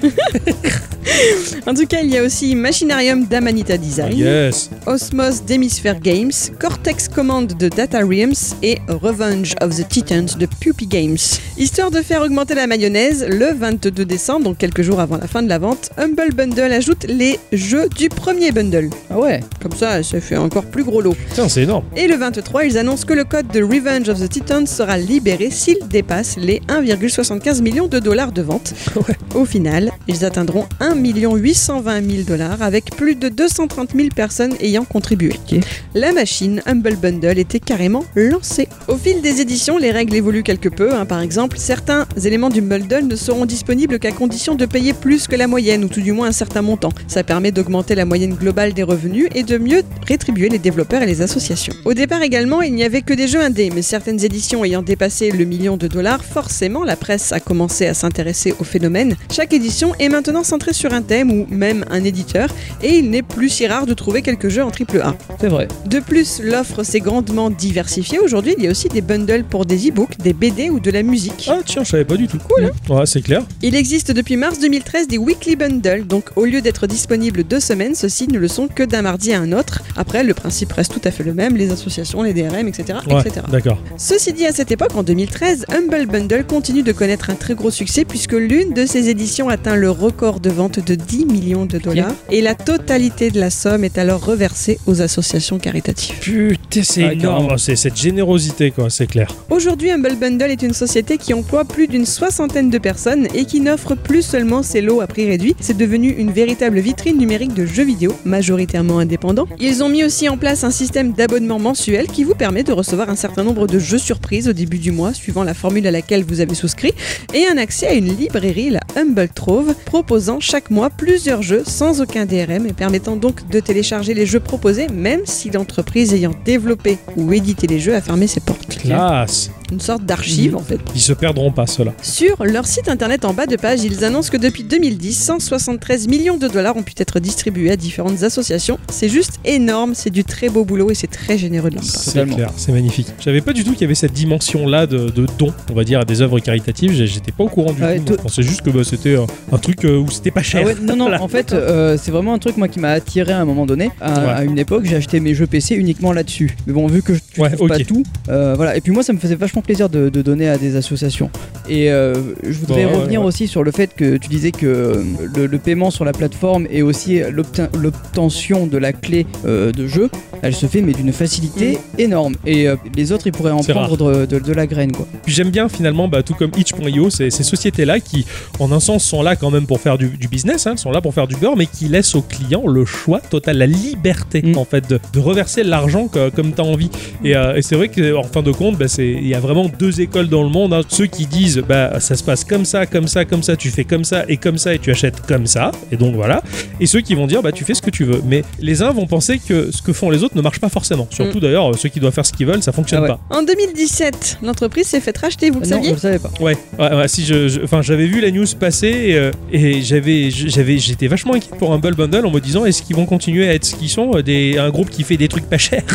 En tout cas, il y a aussi Machinarium d'Amanita Design, Yes. Osmos d'Hemisphere Games, Cortex Command de Data Realms et Revenge of the Titans de Puppy Games. Histoire de faire augmenter la mayonnaise, le 22 décembre, donc quelques jours avant la fin de la vente, Humble Bundle ajoute les jeux du premier bundle. Ah ouais. Comme ça fait encore plus gros lot. Tiens, c'est énorme. Et le 23, ils annoncent que le code de Revenge of the Titans sera libéré s'il dépasse les 1,75 million de dollars de vente. Ouais. Au final, ils atteindront 1 $1 820 000 avec plus de 230 000 personnes ayant contribué. Ok. La machine Humble Bundle était carrément lancée. Au fil des éditions, les règles évoluent quelque peu. Par exemple, certains éléments du bundle ne seront disponibles qu'à condition de payer plus que la moyenne, ou tout du moins un certain montant. Ça permet d'augmenter la moyenne globale des revenus et de mieux rétribuer les développeurs et les associations. Au départ également, il n'y avait que des jeux indés, mais certaines éditions ayant dépassé le $1 million, forcément la presse a commencé à s'intéresser au phénomène. Chaque édition est maintenant centrée sur un thème ou même un éditeur, et il n'est plus si rare de trouver quelques jeux en AAA. C'est vrai. De plus, l'offre s'est grandement diversifiée. Aujourd'hui, il y a aussi des bundles pour des e-books, des BD ou de la musique. Ah tiens, je savais pas du tout. Cool. Ouais, c'est clair. Il existe depuis mars 2013 des weekly bundles, donc au lieu d'être disponibles 2 semaines, ceux-ci ne le sont que d'un mardi à un autre. Après, le principe reste tout à fait le même, les associations, les DRM, etc. Ouais, etc. d'accord. Ceci dit, à cette époque, en 2013, Humble Bundle continue de connaître un très gros succès puisque l'une de ses éditions atteint le record de vente de $10 millions et la totalité de la somme est alors reversée aux associations caritatives. Putain, c'est Ah, énorme. carrément. C'est cette générosité, quoi, c'est clair. Aujourd'hui, Humble Bundle est une société qui emploie plus d'une 60aine de personnes et qui n'offre plus seulement ses lots à prix réduit. C'est devenu une véritable vitrine numérique de jeux vidéo, majoritairement indépendants. Ils ont mis aussi en place un système d'abonnement mensuel qui vous permet de recevoir un certain nombre de jeux surprises au début du mois, suivant la formule à laquelle vous avez souscrit, et un accès à une librairie, la Humble Trove, proposant chaque mois plusieurs jeux sans aucun DRM et permettant donc de télécharger les jeux proposés, même si l'entreprise ayant développé ou édité les jeux a fermé ses portes. Classe. Une sorte d'archive en fait. Ils se perdront pas, ceux-là. Sur leur site internet en bas de page, ils annoncent que depuis 2010, 173 millions de dollars ont pu être distribués à différentes associations. C'est juste énorme, c'est du très beau boulot et c'est très généreux de leur part. C'est Totalement. clair, c'est magnifique. Je savais pas du tout qu'il y avait cette dimension-là de don, on va dire, à des œuvres caritatives. J'étais pas au courant du Ouais, tout. Moi, je pensais juste que bah, c'était un truc où c'était pas cher. Ah ouais, non, Voilà. en fait, c'est vraiment un truc moi qui m'a attiré à un moment donné. À une époque, j'ai acheté mes jeux PC uniquement là-dessus. Mais bon, vu que tu Ouais, trouves ok. pas tout, voilà. Et puis moi, ça me faisait vachement plaisir de donner à des associations. Et je voudrais Ouais, revenir ouais. aussi sur le fait que tu disais que le paiement sur la plateforme et aussi l'obtention de la clé de jeu, elle se fait mais d'une facilité énorme. Et les autres, ils pourraient en C'est prendre de la graine, quoi. Puis j'aime bien finalement, bah, tout comme itch.io, ces sociétés-là qui, en un sens, sont là quand même pour faire du business, hein, sont là pour faire du beurre, mais qui laissent au client le choix total, la liberté en fait de reverser l'argent comme tu as envie. Et c'est vrai qu'en fin de compte, bah, il y a vraiment deux écoles dans le monde. Hein. Ceux qui disent bah, ça se passe comme ça, tu fais comme ça et tu achètes comme ça, et donc voilà. Et ceux qui vont dire bah, tu fais ce que tu veux. Mais les uns vont penser que ce que font les autres ne marche pas forcément. Surtout d'ailleurs, ceux qui doivent faire ce qu'ils veulent, ça fonctionne Ah ouais. pas. En 2017, l'entreprise s'est fait racheter, vous le Non, je saviez le savais pas. Ouais, si j'avais vu la news passer et j'étais vachement inquiet pour Humble Bundle en me disant est-ce qu'ils vont continuer à être ce qu'ils sont, un groupe qui fait des trucs pas chers.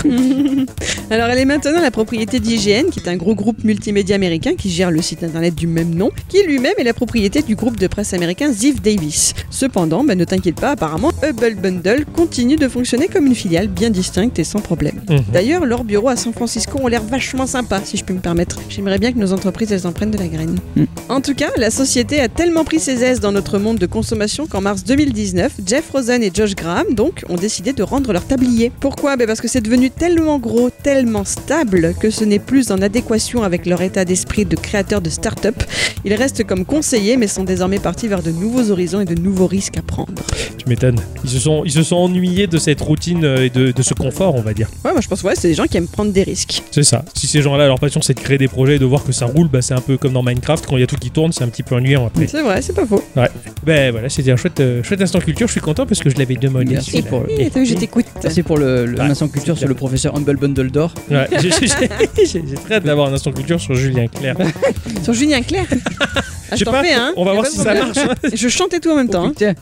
Alors elle est maintenant la propriété d'IGN, qui est un gros groupe multimédia américain qui gère le site internet du même nom, qui lui-même est la propriété du groupe de presse américain Ziff Davis. Cependant, ne t'inquiète pas, apparemment, Humble Bundle continue de fonctionner comme une filiale bien distincte et sans problème. D'ailleurs, leurs bureaux à San Francisco ont l'air vachement sympas, si je peux me permettre. J'aimerais bien que nos entreprises, elles en prennent de la graine. En tout cas, la société a tellement pris ses aises dans notre monde de consommation qu'en mars 2019, Jeff Rosen et Josh Graham, donc, ont décidé de rendre leur tablier. Pourquoi ? Parce que c'est devenu tellement gros, tellement stable, que ce n'est plus en adéquation avec leur état d'esprit de créateurs de start-up. Ils restent comme conseillers, mais sont désormais partis vers de nouveaux horizons et de nouveaux risques à prendre. Tu m'étonnes. Ils se sont ennuyés de cette routine et de ce confort, on va dire. Ouais, moi je pense que c'est des gens qui aiment prendre des risques. C'est ça. Si ces gens-là, leur passion, c'est de créer des projets et de voir que ça roule, bah, c'est un peu comme dans Minecraft, quand il y a tout qui tourne, c'est un petit peu ennuyant après. C'est vrai, c'est pas faux. Ouais. Ben voilà, c'était un chouette instant culture. Je suis content parce que je l'avais demandé. Merci celui-là. pour T'as vu, je t'écoute. Merci pour le Ouais, instant culture c'est sur le professeur Humble Bundle d'or. Ouais, j'ai très hâte d'avoir un instant culture sur Julien Clerc. Sur Julien Clerc. Je sais pas, on va voir si ça marche. Hein. Je chante et tout en même temps. hein. Putain.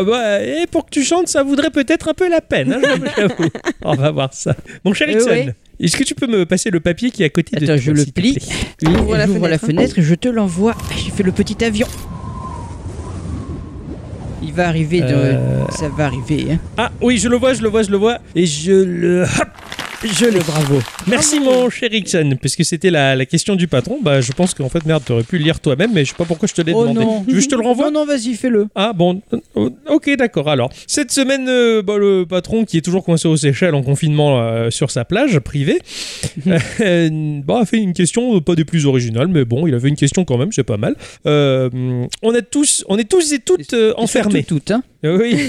Et pour que tu chantes, ça voudrait peut-être un peu la peine. Hein, j'avoue. On va voir ça. Mon cher Ixon, ouais. est-ce que tu peux me passer le papier qui est à côté de toi, Attends, je le s'il te plie. plaît Oui, Ouvre la j'ouvre la fenêtre, fenêtre et je te l'envoie. J'ai fait le petit avion. Il va arriver, ça va arriver. Hein. Ah oui, je le vois. Et je le... Hop. Je le bravo. Merci mon cher Ixon, parce que c'était la question du patron. Bah, je pense qu'en fait, merde, t'aurais pu le lire toi-même, mais je sais pas pourquoi je te l'ai Oh demandé. non. Tu veux que je te le renvoie? Non, vas-y, fais-le. Ah bon, ok, d'accord. Alors, cette semaine, le patron qui est toujours coincé aux Seychelles en confinement sur sa plage privée, a fait une question pas des plus originales, mais bon, il avait une question quand même, c'est pas mal. On est tous et toutes enfermés. Toutes, hein. Oui.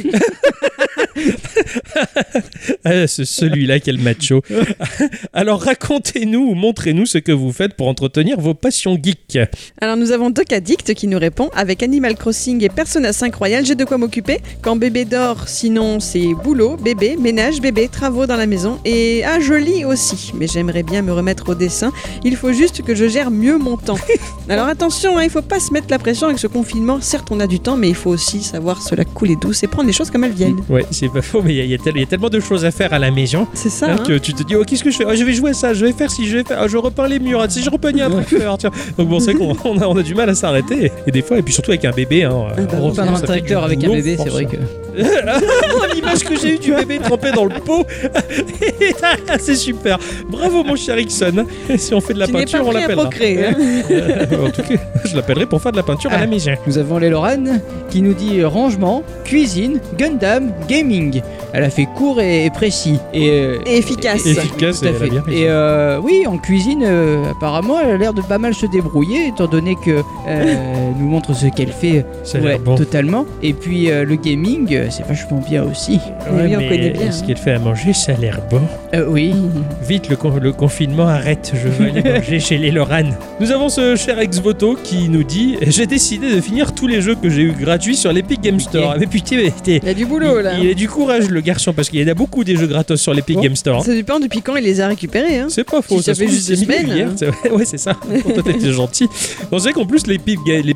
Celui-là, quel macho. Alors racontez-nous ou montrez-nous ce que vous faites pour entretenir vos passions geeks. Alors nous avons Doc Addict qui nous répond: avec Animal Crossing et Persona 5 Royal, j'ai de quoi m'occuper. Quand bébé dort, sinon c'est boulot, bébé, ménage, bébé, travaux dans la maison. Et je lis aussi, mais j'aimerais bien me remettre au dessin. Il faut juste que je gère mieux mon temps. Alors attention, il faut pas se mettre la pression avec ce confinement. Certes, on a du temps, mais il faut aussi savoir se la couler douce et prendre les choses comme elles viennent. Ouais, c'est pas faux, mais il y a tellement de choses à faire à la maison. C'est ça. Que tu te dis, qu'est-ce que je fais? Je vais jouer à ça, je vais faire ci, je vais faire, je repeins les murs, si je repeigne un tracteur, tiens. Donc bon, c'est qu'on on a du mal à s'arrêter. Et des fois, et puis surtout avec un bébé. Repeindre un tracteur avec un bébé, c'est vrai que. L'image que j'ai eue du bébé trempé dans le pot. C'est super. Bravo mon cher Ixon. Si on fait de la peinture, on l'appellera. Procréer, hein. En tout cas, je l'appellerai pour faire de la peinture à la maison. Nous avons les Lorraine qui nous dit rangement, cuisine, Gundam, gaming. Elle a fait court et précis. Et efficace. Efficace, tout à elle a fait. bien raison. Et oui, en cuisine, apparemment, elle a l'air de pas mal se débrouiller, étant donné que nous montre ce qu'elle fait. Ça a l'air bon. Totalement. Et puis le gaming, c'est vachement bien aussi. Ouais, Oui, on mais connaît bien, ce hein. qu'elle fait à manger, ça a l'air bon. Oui. Vite, le confinement arrête, je veux aller manger chez les Lorraine. Nous avons ce cher ex-voto qui nous dit: j'ai décidé de finir tous les jeux que j'ai eu gratuits sur l'Epic Game Store. Ok. Mais putain, Il y a du boulot là. il a du courage le garçon, parce qu'il y en a beaucoup des jeux gratos sur l'Epic Oh. Game Store. Ça dépend depuis quand il les a récupérés. Hein. C'est pas faux, Si ça se fait trouve, juste c'est des mis semaines, hier. hein. Ouais, c'est ça. Toi, t'étais gentil. On sait qu'en plus, les pipes. les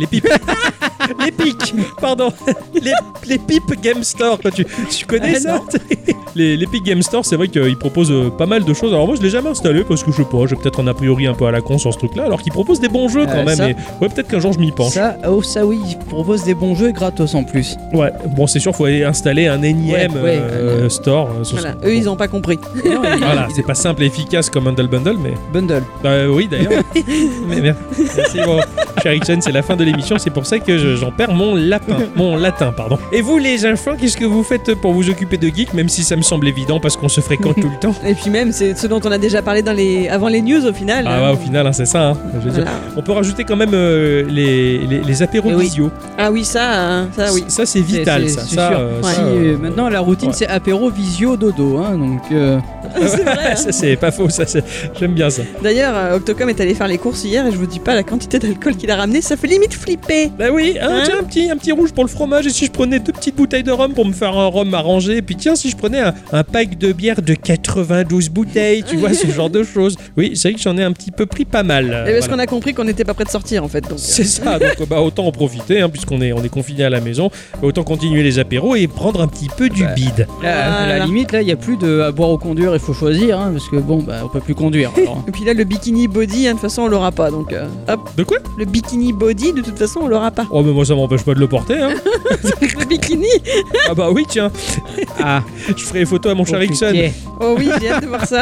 pics, pardon. Les pipes Game Store, quoi. Tu connais ça? L'Epic Game Store, c'est vrai qu'ils proposent pas mal de choses. Alors moi, je l'ai jamais installé parce que je sais pas, j'ai peut-être un a priori un peu à la con sur ce truc-là, alors qu'ils proposent des bons jeux quand même. Ça- Et ouais, peut-être qu'un jour je m'y penche. Ça oui, ils proposent des bons jeux gratos en plus. Ouais, bon, c'est sûr, faut aller installer un énième store. Voilà. Eux, ils ont pas compris. Voilà, c'est pas simple et efficace comme Humble Bundle, mais. Bundle. Bah oui, d'ailleurs. Mais merci, bon. Cher Ixon, c'est la fin de l'émission, c'est pour ça que j'en perds mon latin, pardon. Et vous, les enfants, qu'est-ce que vous faites pour vous occuper de geek, même si ça me semble évident parce qu'on se fréquente tout le temps? Et puis même, c'est ce dont on a déjà parlé avant les news au final. Ah ouais, au final, hein, c'est ça. Hein. Je veux dire, Voilà. on peut rajouter quand même les apéros Oui. visio. Ah oui, ça oui. Ça, c'est vital, ça. C'est Ça, sûr. Ouais. Si, maintenant, la routine, ouais. c'est apéro, visio, dodo. Hein, donc, C'est vrai. Hein. Ça, c'est pas faux, ça, j'aime bien ça. D'ailleurs, Octocom est allé faire les courses hier et je vous dis pas la quantité d'alcool qu'il a ramené, ça fait limite flipper. Bah oui, hein, Hein tiens, un petit rouge pour le fromage, et si je prenais 2 petites bouteilles de rhum pour me faire un rhum arrangé, et puis tiens, si je prenais un pack de bière de 92 bouteilles, tu vois, ce genre de choses. Oui, c'est vrai que j'en ai un petit peu pris pas mal. Et parce qu'on a compris qu'on n'était pas prêt de sortir en fait. Donc, C'est ça, donc bah, autant en profiter, hein, puisqu'on est confiné à la maison, autant continuer les apéros et prendre un petit peu du bide. là, à la Voilà. limite, là, il n'y a plus de à boire ou conduire, il faut choisir. Hein, parce que bon, bah, on peut plus conduire. Alors. Et puis là, le bikini body, hein, de toute façon, on l'aura pas. Donc, hop, De quoi? le bikini body, de toute façon, on l'aura pas. Oh, mais moi ça m'empêche pas de le porter, hein. Le bikini. Ah bah oui, tiens, Ah, je ferai les photos à mon cher Ixon. compliqué. Oh oui, j'ai hâte de voir ça.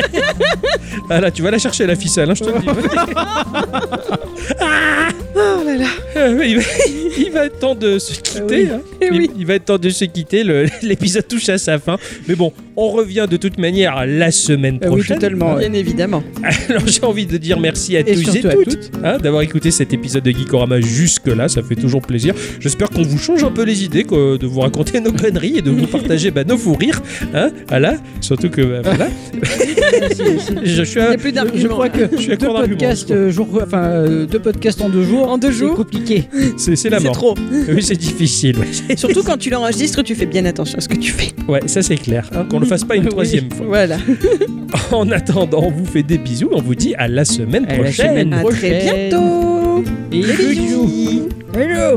Ah là, tu vas la chercher la ficelle, hein, je te le dis. Oh là là. Il va être temps de se quitter. oui. Hein. Eh oui. Il va être temps de se quitter. L'épisode touche à sa fin. Mais bon, on revient de toute manière la semaine Ah oui, prochaine. totalement. Ouais. Bien évidemment. Alors j'ai envie de dire merci à Et tous et surtout à toutes hein, d'avoir écouté cet épisode de Geekorama jusque-là. Ça fait toujours plaisir. J'espère qu'on vous change un peu les idées, de vous raconter nos conneries et de vous partager nos fous rires. Hein, voilà. Surtout que voilà. Je suis Il un- n'y a plus Je d'arguments. crois que Je suis à deux court d'arguments, podcasts, quoi. deux podcasts en 2 jours. En 2 jours. C'est compliqué. c'est la C'est mort. trop. Oui, c'est difficile. Ouais. Surtout quand tu l'enregistres, tu fais bien attention à ce que tu fais. Ouais, ça c'est clair. Hein, qu'on le fasse pas une Oui. troisième fois. Voilà. En attendant, on vous fait des bisous. On vous dit à la semaine À la prochaine. semaine À très prochaine. bientôt. Et bisous. Hello.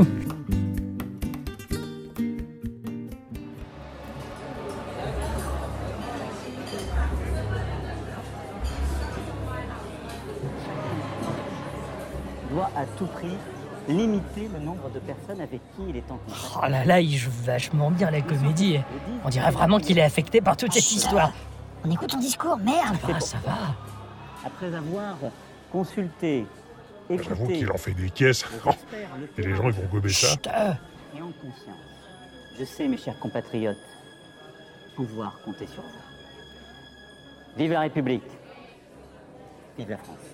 doit à tout prix limiter le nombre de personnes avec qui il est en contact. Oh là là, il joue vachement bien la comédie. On dirait vraiment qu'il est affecté par toute cette histoire. On écoute ton discours, merde. Ah, ça va. Après avoir consulté, J'avoue écouté, qu'il en fait des caisses. les experts, le Et les terrain, gens, ils vont gober ça. et en conscience, je sais, mes chers compatriotes, pouvoir compter sur vous. Vive la République. Vive la France.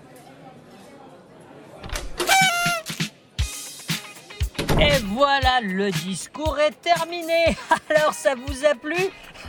Et voilà, le discours est terminé. Alors, ça vous a plu?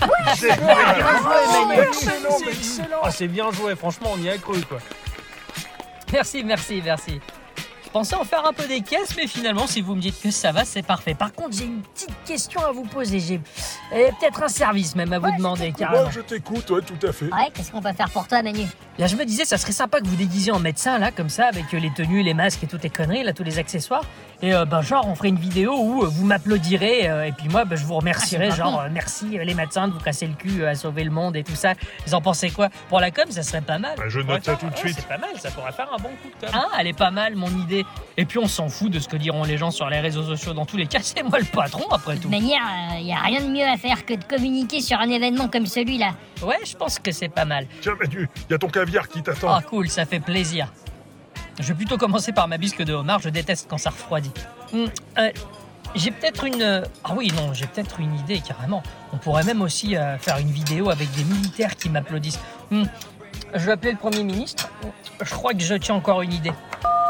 Ah, c'est bien joué, franchement, on y a cru, quoi. Merci. Je pensais en faire un peu des caisses, mais finalement, si vous me dites que ça va, c'est parfait. Par contre, j'ai une petite question à vous poser. J'ai peut-être un service même à vous demander, carrément. Moi, je t'écoute, ouais, tout à fait. Ouais, qu'est-ce qu'on peut faire pour toi, Manu? Là, je me disais, ça serait sympa que vous déguisiez en médecin, là, comme ça, avec les tenues, les masques et toutes les conneries, là, tous les accessoires. Et genre, on ferait une vidéo où vous m'applaudirez, et puis moi, je vous remercierai, c'est pas genre, merci les médecins de vous casser le cul à sauver le monde et tout ça. Vous en pensez quoi? Pour la com, ça serait pas mal. Je note ça tout de suite. C'est pas mal, ça pourrait faire un bon coup de com'. Ah, elle est pas mal, mon idée. Et puis, on s'en fout de ce que diront les gens sur les réseaux sociaux. Dans tous les cas, c'est moi le patron, après De tout. toute manière, y a rien de mieux à faire que de communiquer sur un événement comme celui-là. Ouais, je pense que c'est pas mal. Tiens, Manu, il y a ton caviar qui t'attend. Ah, cool, ça fait plaisir. Je vais plutôt commencer par ma bisque de homard, je déteste quand ça refroidit. J'ai peut-être une... Ah oui, non, j'ai peut-être une idée, carrément. On pourrait même aussi faire une vidéo avec des militaires qui m'applaudissent. Je vais appeler le Premier ministre. Je crois que je tiens encore une idée.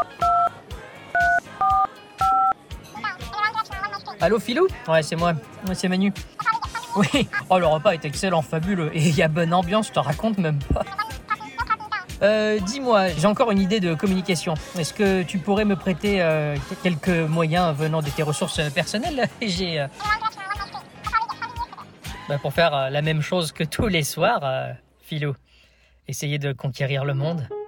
Allô, Philou? Ouais, c'est moi. Ouais, c'est Manu. Oui. Oh, le repas est excellent, fabuleux. Et il y a bonne ambiance, je te raconte même pas. Dis-moi, j'ai encore une idée de communication. Est-ce que tu pourrais me prêter quelques moyens venant de tes ressources personnelles? J'ai... pour faire la même chose que tous les soirs, Philou. Essayer de conquérir le monde.